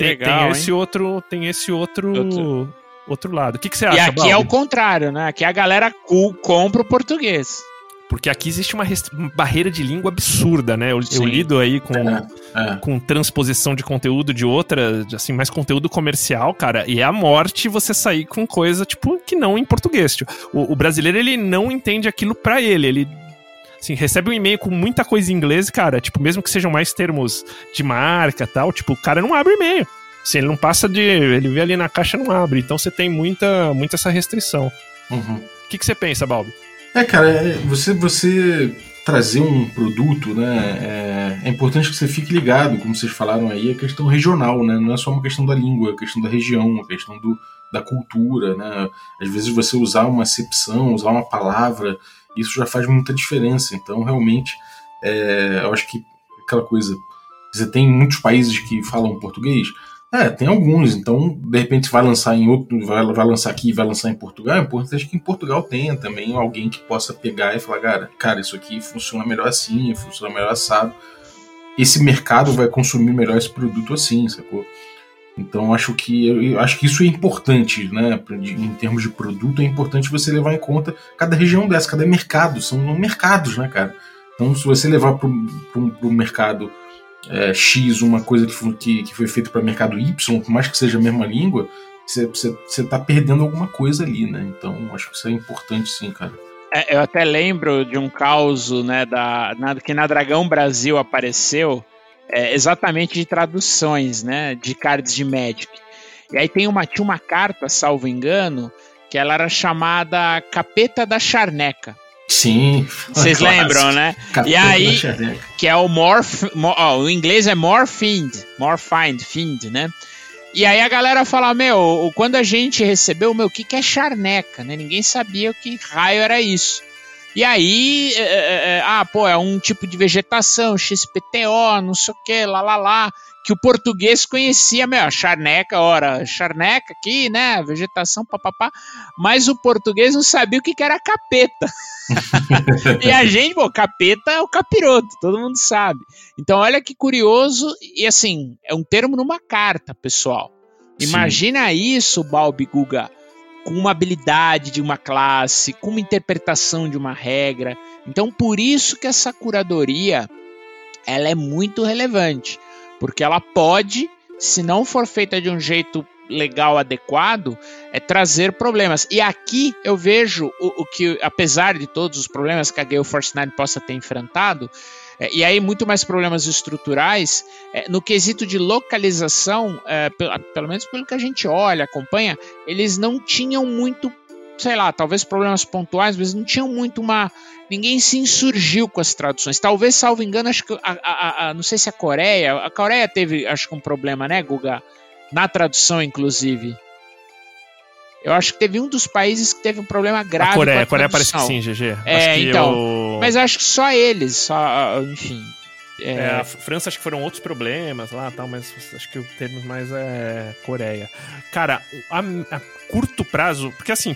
tem esse outro lado. O que você acha, E aqui Balbi? é o contrário, né? Aqui a galera compra o português. Porque aqui existe uma barreira de língua absurda, né? Eu lido aí com transposição de conteúdo de outra, assim, mais conteúdo comercial, cara, e é a morte você sair com coisa, tipo, que não em português. Tipo, o brasileiro, ele não entende aquilo pra ele assim, recebe um e-mail com muita coisa em inglês, cara, tipo, mesmo que sejam mais termos de marca e tal, tipo, o cara não abre e-mail. Se ele não passa ele vê ali na caixa, não abre. Então você tem muita essa restrição. Uhum. O que você pensa, Balbi? Cara, você trazer um produto, né, é importante que você fique ligado, como vocês falaram aí, a questão regional, né, não é só uma questão da língua, é a questão da região, a questão da cultura, né, às vezes você usar uma acepção, usar uma palavra, isso já faz muita diferença. Então, realmente, eu acho que aquela coisa, você tem muitos países que falam português, Tem alguns. Então, de repente, vai lançar em outro, vai lançar aqui e vai lançar em Portugal. É importante que em Portugal tenha também alguém que possa pegar e falar, cara, isso aqui funciona melhor assim, funciona melhor assado. Esse mercado vai consumir melhor esse produto assim, sacou? Então, eu acho que isso é importante, né? Em termos de produto, é importante você levar em conta cada região dessa, cada mercado. São mercados, né, cara? Então, se você levar para o mercado X uma coisa que foi feita para mercado Y, por mais que seja a mesma língua, você tá perdendo alguma coisa ali, né? Então, acho que isso é importante sim, cara. Eu até lembro de um caos, né, que na Dragão Brasil apareceu, exatamente de traduções, né, de cards de Magic. E aí tinha uma carta, salvo engano, que ela era chamada Capeta da Charneca. Sim. Vocês lembram, né? Capeta e aí, da Charneca. que é o o inglês é Morfind, né? E aí a galera fala, quando a gente recebeu, o que é charneca, né? Ninguém sabia o que raio era isso. E aí, é um tipo de vegetação, XPTO, não sei o que, lá, que o português conhecia, charneca aqui, né? Vegetação, papapá. Mas o português não sabia o que era capeta. E a gente, capeta é o capiroto, todo mundo sabe. Então olha que curioso, e assim, é um termo numa carta, pessoal. Imagina isso, Balbi, Guga, com uma habilidade de uma classe, com uma interpretação de uma regra. Então por isso que essa curadoria, ela é muito relevante, porque ela pode, se não for feita de um jeito legal, adequado, trazer problemas. E aqui eu vejo o que, apesar de todos os problemas que a Gale Force 9 possa ter enfrentado, e aí muito mais problemas estruturais, no quesito de localização, pelo menos pelo que a gente olha, acompanha, eles não tinham muito, sei lá, talvez problemas pontuais, mas não tinham muito ninguém se insurgiu com as traduções. Talvez, salvo engano, acho que não sei se a Coreia teve, acho que um problema, né, Guga? Na tradução, inclusive. Eu acho que teve um dos países que teve um problema grave com a tradução. A Coreia parece que sim, GG. Mas acho que só eles, enfim. A França acho que foram outros problemas lá, tal, mas acho que o termo mais é Coreia. Cara, a curto prazo, porque assim,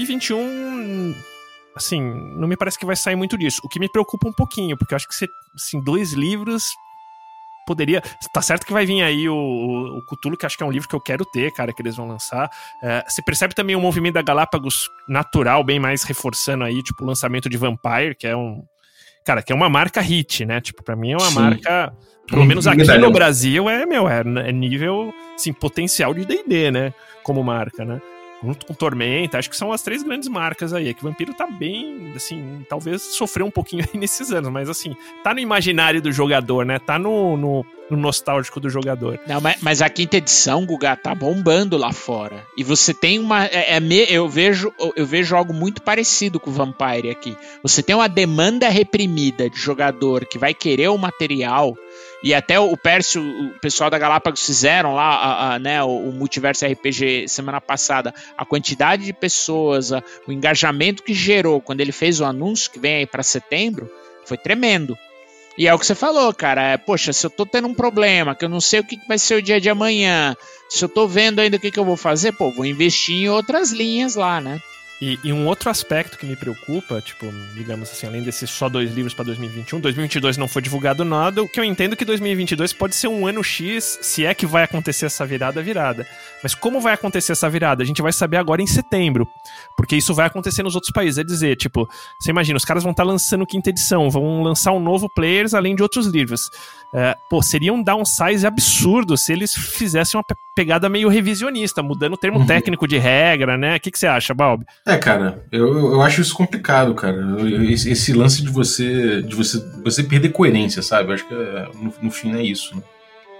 2021, assim, não me parece que vai sair muito disso. O que me preocupa um pouquinho, porque eu acho que 2 livros poderia... Tá certo que vai vir aí o Cthulhu, que acho que é um livro que eu quero ter, cara, que eles vão lançar. Você percebe também o movimento da Galápagos natural, bem mais reforçando aí, o lançamento de Vampire, que é que é uma marca hit, né? Pra mim é uma marca... Pelo menos aqui no Brasil é nível, assim, potencial de D&D, né? Como marca, né? Junto com Tormenta, acho que são as 3 grandes marcas aí. É que o Vampiro tá bem, assim, talvez sofreu um pouquinho aí nesses anos, mas assim, tá no imaginário do jogador, né? Tá no nostálgico do jogador. Não, mas a 5ª edição, Guga, tá bombando lá fora. E você tem eu vejo algo muito parecido com o Vampire aqui. Você tem uma demanda reprimida de jogador que vai querer o material. E até o Pércio, o pessoal da Galápagos fizeram lá né, o Multiverso RPG semana passada. A quantidade de pessoas, o engajamento que gerou quando ele fez o anúncio que vem aí para setembro, foi tremendo. E é o que você falou, cara. Poxa, se eu tô tendo um problema, que eu não sei o que vai ser o dia de amanhã, se eu tô vendo ainda o que eu vou fazer, vou investir em outras linhas lá, né? E um outro aspecto que me preocupa, digamos assim, além desses só 2 livros para 2021, 2022 não foi divulgado nada, o que eu entendo que 2022 pode ser um ano X, se é que vai acontecer essa virada. Mas como vai acontecer essa virada? A gente vai saber agora em setembro, porque isso vai acontecer nos outros países. É dizer, você imagina, os caras vão estar lançando 5ª edição, vão lançar um novo Players além de outros livros. Seria um downsize absurdo se eles fizessem uma pegada meio revisionista, mudando o termo técnico de regra, né? O que você acha, Balbi? Cara, eu acho isso complicado, cara. Esse lance de você perder coerência, sabe? Eu acho que no fim é isso, né?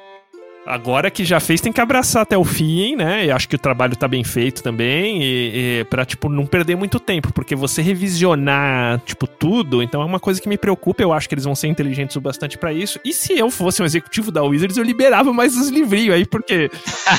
Agora que já fez, tem que abraçar até o fim, né? E acho que o trabalho tá bem feito também, e pra, não perder muito tempo, porque você revisionar, tudo, então é uma coisa que me preocupa. Eu acho que eles vão ser inteligentes o bastante pra isso. E se eu fosse um executivo da Wizards, eu liberava mais os livrinhos aí, porque...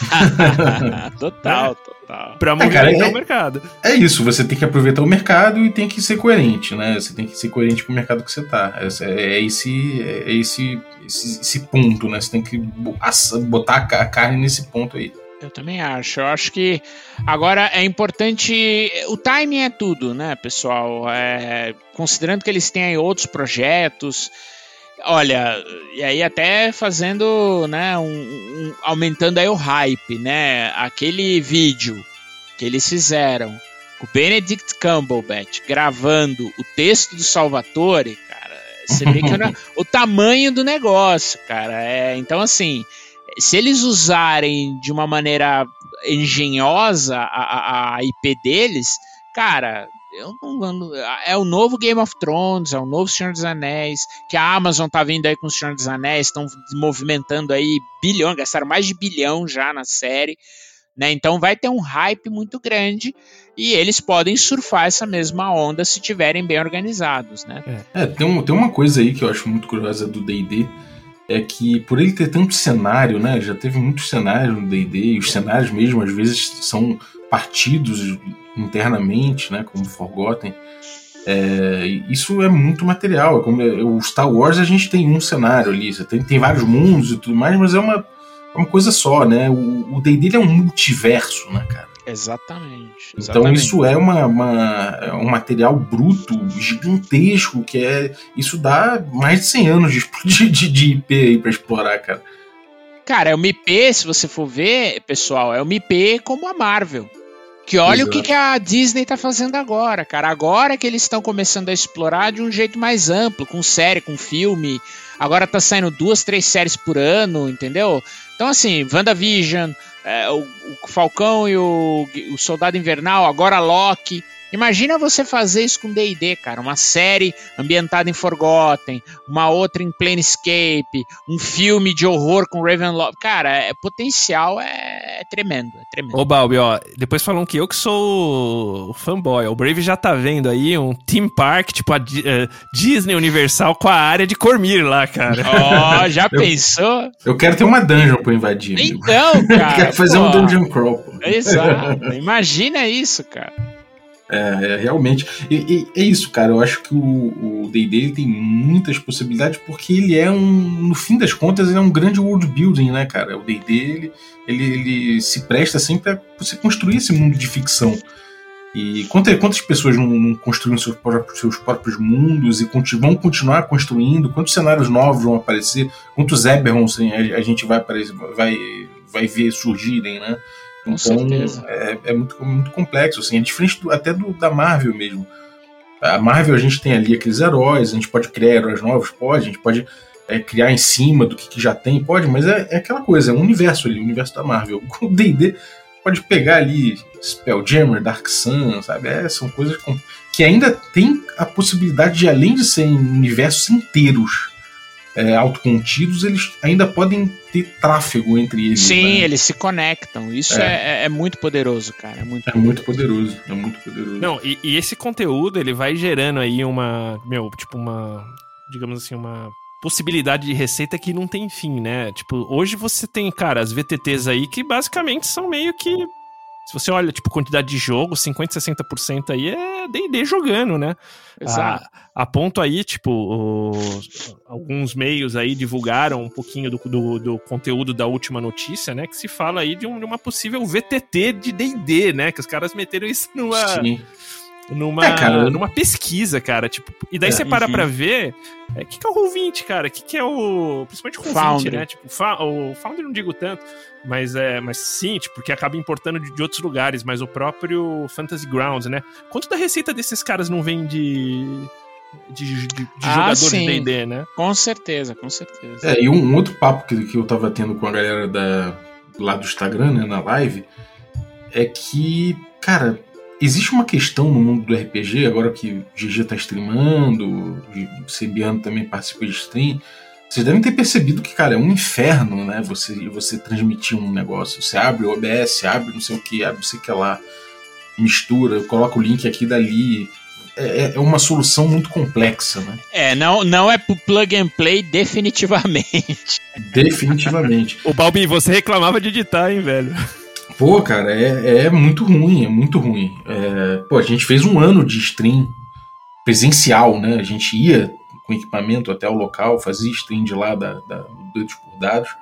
Total. Pra movimentar o mercado. É isso, você tem que aproveitar o mercado e tem que ser coerente, né? Você tem que ser coerente com o mercado que você tá. É esse ponto, né? Você tem que botar a carne nesse ponto aí. Eu também acho. Eu acho que agora é importante. O timing é tudo, né, pessoal? Considerando que eles têm aí outros projetos. Olha, e aí até fazendo, né, aumentando aí o hype, né? Aquele vídeo que eles fizeram com o Benedict Cumberbatch gravando o texto do Salvatore, cara, você vê que o tamanho do negócio, cara. Então, assim, se eles usarem de uma maneira engenhosa a IP deles, cara, é o novo Game of Thrones, é o novo Senhor dos Anéis, que a Amazon tá vindo aí com o Senhor dos Anéis, estão movimentando aí bilhão, gastaram mais de bilhão já na série, né? Então vai ter um hype muito grande e eles podem surfar essa mesma onda se tiverem bem organizados, né? Tem uma coisa aí que eu acho muito curiosa do D&D, é que por ele ter tanto cenário, né? Já teve muitos cenários no D&D, e os cenários mesmo às vezes são partidos internamente, né? Como Forgotten. Isso é muito material. É como o Star Wars, a gente tem um cenário ali, você tem vários mundos e tudo mais, mas é uma coisa só, né? O D&D é um multiverso, né, cara? Exatamente. Então isso é um material bruto, gigantesco, isso dá mais de 100 anos de IP aí pra explorar, cara. Cara, é uma IP, se você for ver, pessoal, é uma IP como a Marvel. Que olha o que a Disney tá fazendo agora, cara. Agora que eles estão começando a explorar de um jeito mais amplo, com série, com filme. Agora tá saindo 2, 3 séries por ano, entendeu? Então, assim, WandaVision, o Falcão e o Soldado Invernal, agora Loki. Imagina você fazer isso com D&D, cara. Uma série ambientada em Forgotten, uma outra em Planescape, um filme de horror com Ravenloft. Cara, potencial é tremendo, Ô, Balbi, ó, depois falam que eu que sou o fanboy. O Brave já tá vendo aí um theme park, tipo a Disney Universal com a área de Cormir lá, cara. Ó, já pensou? Eu quero ter uma dungeon pra invadir. Então, cara. Eu quero fazer um dungeon crawl, pô. Exato. Imagina isso, cara. Realmente. E é isso, cara. Eu acho que o D&D tem muitas possibilidades porque ele no fim das contas, ele é um grande world building, né, cara? O D&D, ele se presta sempre a você construir esse mundo de ficção. E quantas pessoas não construíram seus próprios mundos e vão continuar construindo? Quantos cenários novos vão aparecer? Quantos Eberrons a gente vai ver surgirem, né? Então é muito, muito complexo, assim, é diferente até da Marvel mesmo. A Marvel, a gente tem ali aqueles heróis, a gente pode criar heróis novos, a gente pode criar em cima do que já tem, mas é aquela coisa, é um universo ali, o universo da Marvel. O D&D pode pegar ali Spelljammer, Dark Sun, sabe? São coisas que ainda tem a possibilidade de, além de serem universos inteiros autocontidos, eles ainda podem ter tráfego entre eles. Sim, né? Eles se conectam. Isso é muito poderoso, cara. É muito poderoso. Não, e esse conteúdo, ele vai gerando aí digamos assim, uma possibilidade de receita que não tem fim, né? Tipo, hoje você tem, cara, as VTTs aí que basicamente são meio que... Se você olha, tipo, quantidade de jogo, 50%, 60% aí é D&D jogando, né? Exato. A ponto aí, tipo, alguns meios aí divulgaram um pouquinho do conteúdo da última notícia, né? Que se fala aí de uma possível VTT de D&D, né? Que os caras meteram isso numa pesquisa, cara. Tipo, e daí você para pra ver o que é o Roll20, cara? O que é o... Principalmente o Roll20, né? Tipo, o Foundry não digo tanto, mas sim, tipo, porque acaba importando de outros lugares, mas o próprio Fantasy Grounds, né? Quanto da receita desses caras não vem de jogador sim. de D&D, né? Com certeza. E um outro papo que eu tava tendo com a galera lá do Instagram, né, na live, é que, cara, existe uma questão no mundo do RPG, agora que o GG tá streamando, o Sembiano também participa de stream, vocês devem ter percebido que, cara, é um inferno, né, você transmitir um negócio. Você abre o OBS, abre não sei o que, abre não sei o que lá, mistura, coloca o link aqui e dali. É uma solução muito complexa, né? Não é pro plug and play definitivamente. Definitivamente. O Balbi, você reclamava de editar, hein, velho? Pô, cara, é muito ruim, a gente fez um ano de stream presencial, né? A gente ia com equipamento até o local, fazia stream de lá do Doidos por Dados,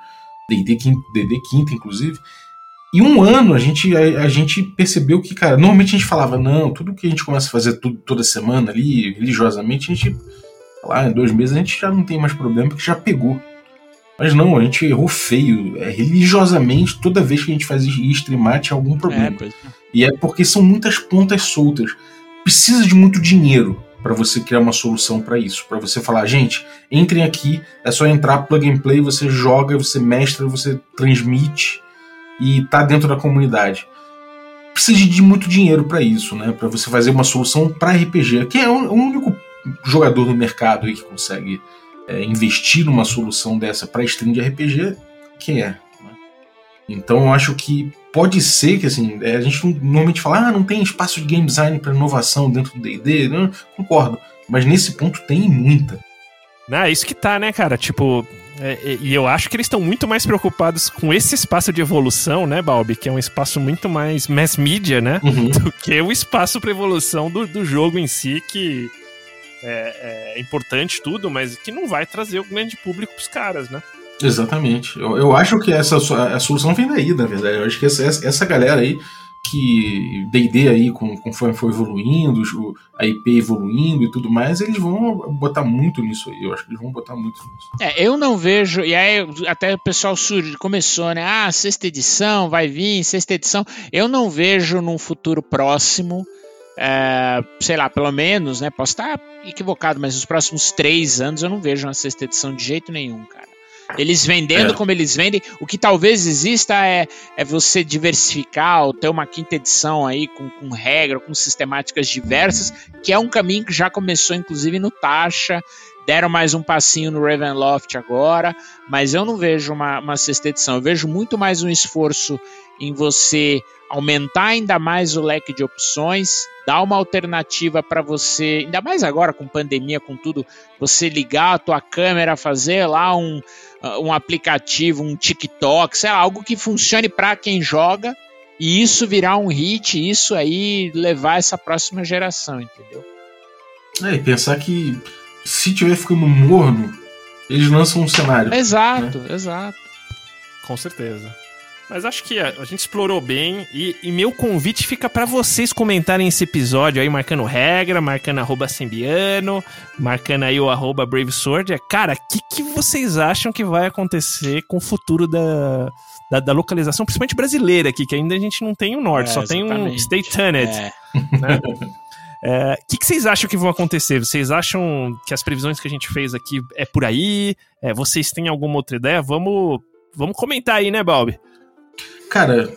D&D quinta, inclusive. E um ano a gente percebeu que, cara, normalmente a gente falava, não, tudo que a gente começa a fazer toda semana ali, religiosamente, a gente, lá em 2 meses a gente já não tem mais problema, porque já pegou. Mas não, a gente errou feio. Religiosamente, toda vez que a gente fazia streamar tinha algum problema. E é porque são muitas pontas soltas. Precisa de muito dinheiro para você criar uma solução para isso. Para você falar, gente, entrem aqui, é só entrar, plug and play, você joga, você mestra, você transmite e tá dentro da comunidade. Precisa de muito dinheiro para isso, né? Para você fazer uma solução para RPG. Quem é o único jogador no mercado aí que consegue investir numa solução dessa para stream de RPG? Quem é? Então eu acho que pode ser que assim, a gente normalmente fala, não tem espaço de game design para inovação dentro do D&D, não, concordo, mas nesse ponto tem muita. Não, é isso que tá, né, cara? Tipo, e eu acho que eles estão muito mais preocupados com esse espaço de evolução, né, Balbi? Que é um espaço muito mais mass media, né? Do que o espaço para evolução do jogo em si, que é importante tudo, mas que não vai trazer o grande público pros caras, né? Exatamente. Eu acho que a solução vem daí, na verdade. Eu acho que essa galera aí, que D&D aí, conforme foi evoluindo, a IP evoluindo e tudo mais, eles vão botar muito nisso aí. Eu acho que eles vão botar muito nisso. Eu não vejo, e aí até o pessoal começou, né? 6ª edição, vai vir, 6ª edição. Eu não vejo num futuro próximo, sei lá, pelo menos, né? Posso estar equivocado, mas nos próximos 3 anos eu não vejo uma 6ª edição de jeito nenhum, cara. Eles vendendo como eles vendem, o que talvez exista é você diversificar ou ter uma 5ª edição aí com regra, com sistemáticas diversas, que é um caminho que já começou inclusive no Tasha, deram mais um passinho no Ravenloft agora, mas eu não vejo uma 6ª edição, eu vejo muito mais um esforço em você aumentar ainda mais o leque de opções, dar uma alternativa para você, ainda mais agora com pandemia, com tudo, você ligar a tua câmera, fazer lá um aplicativo, um TikTok, sei lá, algo que funcione para quem joga e isso virar um hit, isso aí levar essa próxima geração, entendeu? E pensar que se tiver ficando morno, eles lançam um cenário. Exato, né? Exato. Com certeza. Mas acho que a gente explorou bem e meu convite fica pra vocês comentarem esse episódio aí, marcando regra, marcando @Symbiano, marcando aí o @BraveSword. Cara, o que vocês acham que vai acontecer com o futuro da localização, principalmente brasileira aqui, que ainda a gente não tem o norte, só tem um Stay Tuned, né? O que vocês acham que vão acontecer? Vocês acham que as previsões que a gente fez aqui é por aí? Vocês têm alguma outra ideia? Vamos comentar aí, né, Balbi? Cara,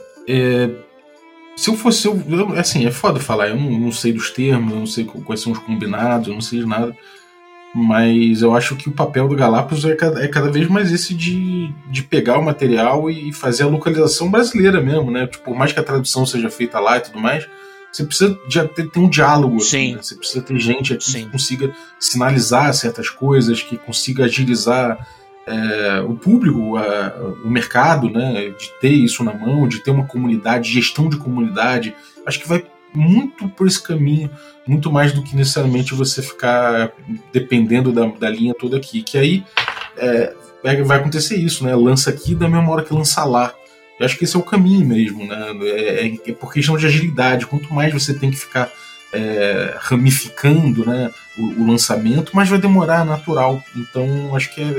se eu fosse... assim, é foda falar, eu não sei dos termos, eu não sei quais são os combinados, eu não sei de nada, mas eu acho que o papel do Galápagos é cada vez mais esse de pegar o material e fazer a localização brasileira mesmo, né? Tipo, por mais que a tradução seja feita lá e tudo mais, você precisa ter um diálogo. Assim, né? Você precisa ter gente aqui que consiga sinalizar certas coisas, que consiga agilizar o público, o mercado, né, de ter isso na mão, de ter uma comunidade, gestão de comunidade. Acho que vai muito por esse caminho, muito mais do que necessariamente você ficar dependendo da linha toda aqui, que aí vai acontecer isso, né, lança aqui da mesma hora que lança lá. Eu acho que esse é o caminho mesmo, né, é por questão de agilidade. Quanto mais você tem que ficar ramificando, né, o lançamento, mais vai demorar natural. Então acho que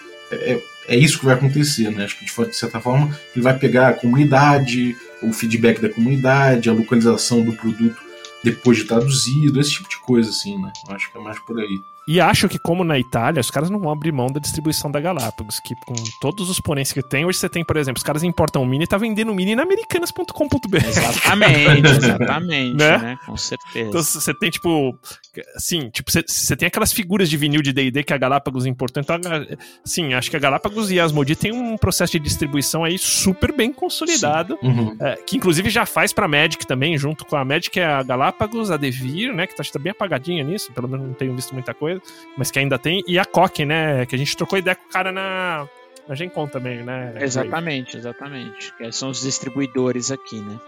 é isso que vai acontecer, né? Acho que de certa forma ele vai pegar a comunidade, o feedback da comunidade, a localização do produto depois de traduzido, esse tipo de coisa, assim, né? Eu acho que é mais por aí. E acho que, como na Itália, os caras não vão abrir mão da distribuição da Galápagos, que com todos os ponéns que tem, hoje você tem, por exemplo, os caras importam o Mini e tá vendendo o Mini na americanas.com.br. Exatamente, né? Com certeza. Então você tem, tipo, assim, você tem aquelas figuras de vinil de D&D que a Galápagos importou, então, sim, acho que a Galápagos e a Asmodee tem um processo de distribuição aí super bem consolidado, que inclusive já faz pra Magic também, junto com a Magic, é a Galápagos, a Devir, né, que tá bem apagadinha nisso, pelo menos não tenho visto muita coisa, mas que ainda tem, e a Koch, né, que a gente trocou ideia com o cara na Gen Con também, né? Exatamente. Que são os distribuidores aqui, né?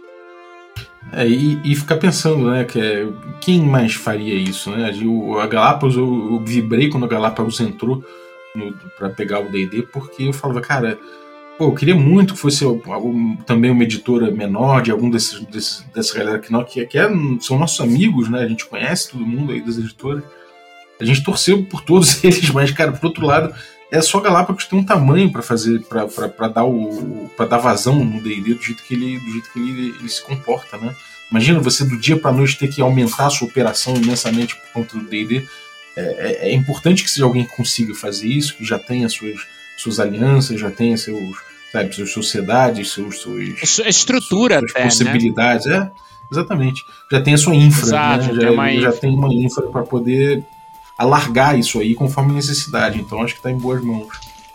E ficar pensando, né, quem mais faria isso, né? A Galápagos, eu vibrei quando a Galápagos entrou para pegar o D&D, porque eu falava, cara, Pô, eu queria muito que fosse também uma editora menor de algum dessa galera são nossos amigos, né? A gente conhece todo mundo aí das editoras. A gente torceu por todos eles, mas, cara, por outro lado, é só a Galápagos tem um tamanho para fazer, para dar vazão no D&D do jeito que ele se comporta, né? Imagina você do dia para noite ter que aumentar a sua operação imensamente por conta do D&D. É importante que seja alguém que consiga fazer isso, que já tenha suas alianças, já tenha suas sociedades, suas estrutura, suas possibilidades, né? Exatamente. Já tem a sua infra, exato, né? Já tem uma infra para poder alargar isso aí conforme necessidade. Então acho que está em boas mãos.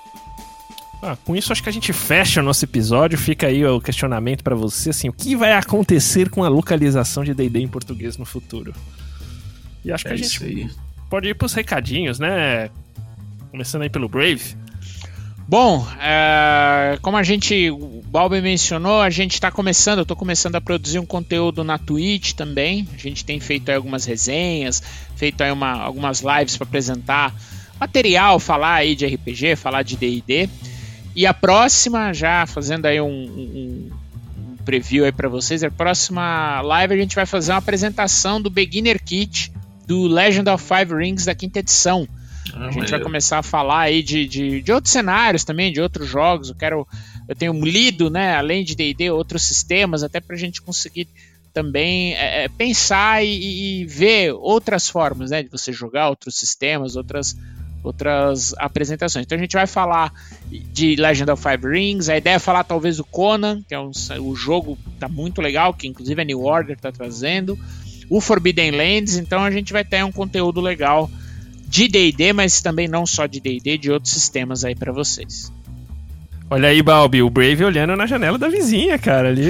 Com isso acho que a gente fecha o nosso episódio. Fica aí o questionamento para você, assim, o que vai acontecer com a localização de D&D em português no futuro? E acho que a gente pode ir pros recadinhos, né? Começando aí pelo Brave. Bom, como o Balbi mencionou, eu tô começando a produzir um conteúdo na Twitch também. A gente tem feito aí algumas resenhas, feito aí algumas lives para apresentar material, falar aí de RPG, falar de D&D. E a próxima, já fazendo aí um preview aí para vocês, a próxima live a gente vai fazer uma apresentação do Beginner Kit do Legend of Five Rings da 5ª edição. A gente vai começar a falar aí de outros cenários também, de outros jogos. Eu tenho lido, né, além de D&D, outros sistemas, até pra gente conseguir também pensar e ver outras formas, né, de você jogar outros sistemas, outras apresentações. Então a gente vai falar de Legend of Five Rings, a ideia é falar talvez do Conan, que é o jogo tá muito legal, que inclusive a New Order tá trazendo, o Forbidden Lands. Então a gente vai ter um conteúdo legal de D&D, mas também não só de D&D, de outros sistemas aí pra vocês. Olha aí, Balbi, o Brave olhando na janela da vizinha, cara, ali.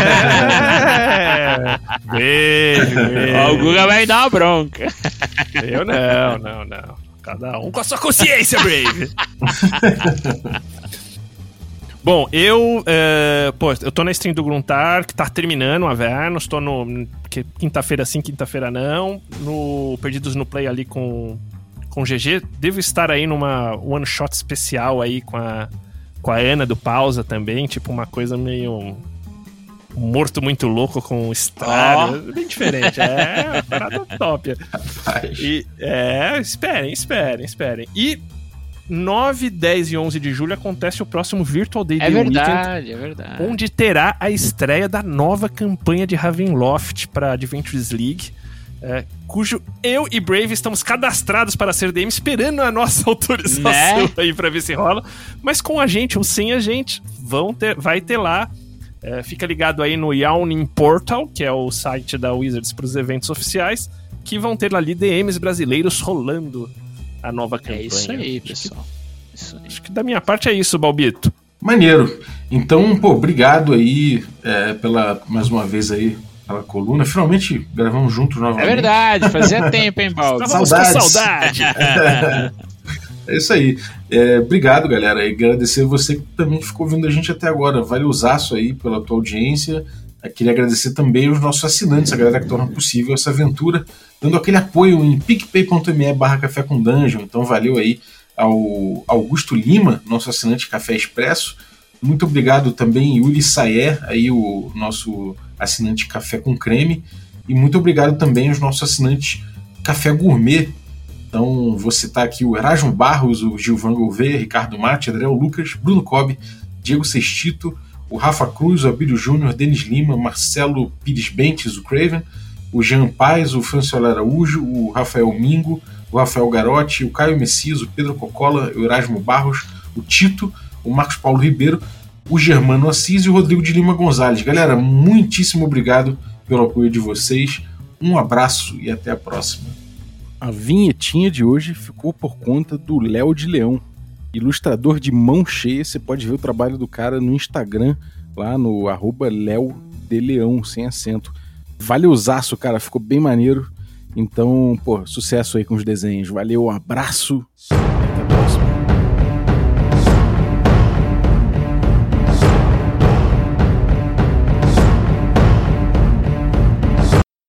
Brave. O Guga vai dar uma bronca. Eu não. Cada um com a sua consciência, Brave. Bom, eu tô na stream do Gruntar, que tá terminando o Avernus, tô quinta-feira sim, quinta-feira não, no Perdidos no Play ali com o GG, devo estar aí numa one-shot especial aí com a Ana do Pausa também, tipo uma coisa meio morto muito louco com estrada, bem diferente, uma parada top. E, esperem. E 9, 10 e 11 de julho acontece o próximo Virtual D&D Weekend. É verdade. Onde terá a estreia da nova campanha de Ravenloft para Adventures League, cujo eu e Brave estamos cadastrados para ser DM, esperando a nossa autorização aí para ver se rola. Mas com a gente ou sem a gente, vai ter lá. Fica ligado aí no Yawning Portal, que é o site da Wizards para os eventos oficiais, que vão ter ali DMs brasileiros rolando a nova campanha. É isso aí, pessoal. Acho que da minha parte é isso, Balbito. Maneiro. Então, obrigado aí mais uma vez aí pela coluna. Finalmente gravamos juntos novamente. É verdade, fazia tempo, hein, Balbi? Estávamos com saudade. É isso aí. Obrigado, galera. E agradecer você que também ficou ouvindo a gente até agora. Valeuzaço aí pela tua audiência. Queria agradecer também os nossos assinantes, a galera que torna possível essa aventura, dando aquele apoio em picpay.me/café com dungeon. Então valeu aí ao Augusto Lima, nosso assinante Café Expresso. Muito obrigado também Yuri Sayer, aí o nosso assinante Café com Creme. E muito obrigado também aos nossos assinantes Café Gourmet. Então vou citar aqui o Erasmo Barros, o Gilvan Gouveia, Ricardo Mate, André Lucas, Bruno Cobb, Diego Sextito, o Rafa Cruz, o Abílio Júnior, Denis Lima, Marcelo Pires Bentes, o Craven, o Jean Paes, o Franciola Araújo, o Rafael Mingo, o Rafael Garotti, o Caio Messias, o Pedro Cocola, o Erasmo Barros, o Tito, o Marcos Paulo Ribeiro, o Germano Assis e o Rodrigo de Lima Gonzalez. Galera, muitíssimo obrigado pelo apoio de vocês. Um abraço e até a próxima. A vinhetinha de hoje ficou por conta do Léo de Leão, ilustrador de mão cheia. Você pode ver o trabalho do cara no Instagram, lá no @LeoDeLeão, sem acento. Valeuzaço, cara, ficou bem maneiro. Então, sucesso aí com os desenhos. Valeu, um abraço.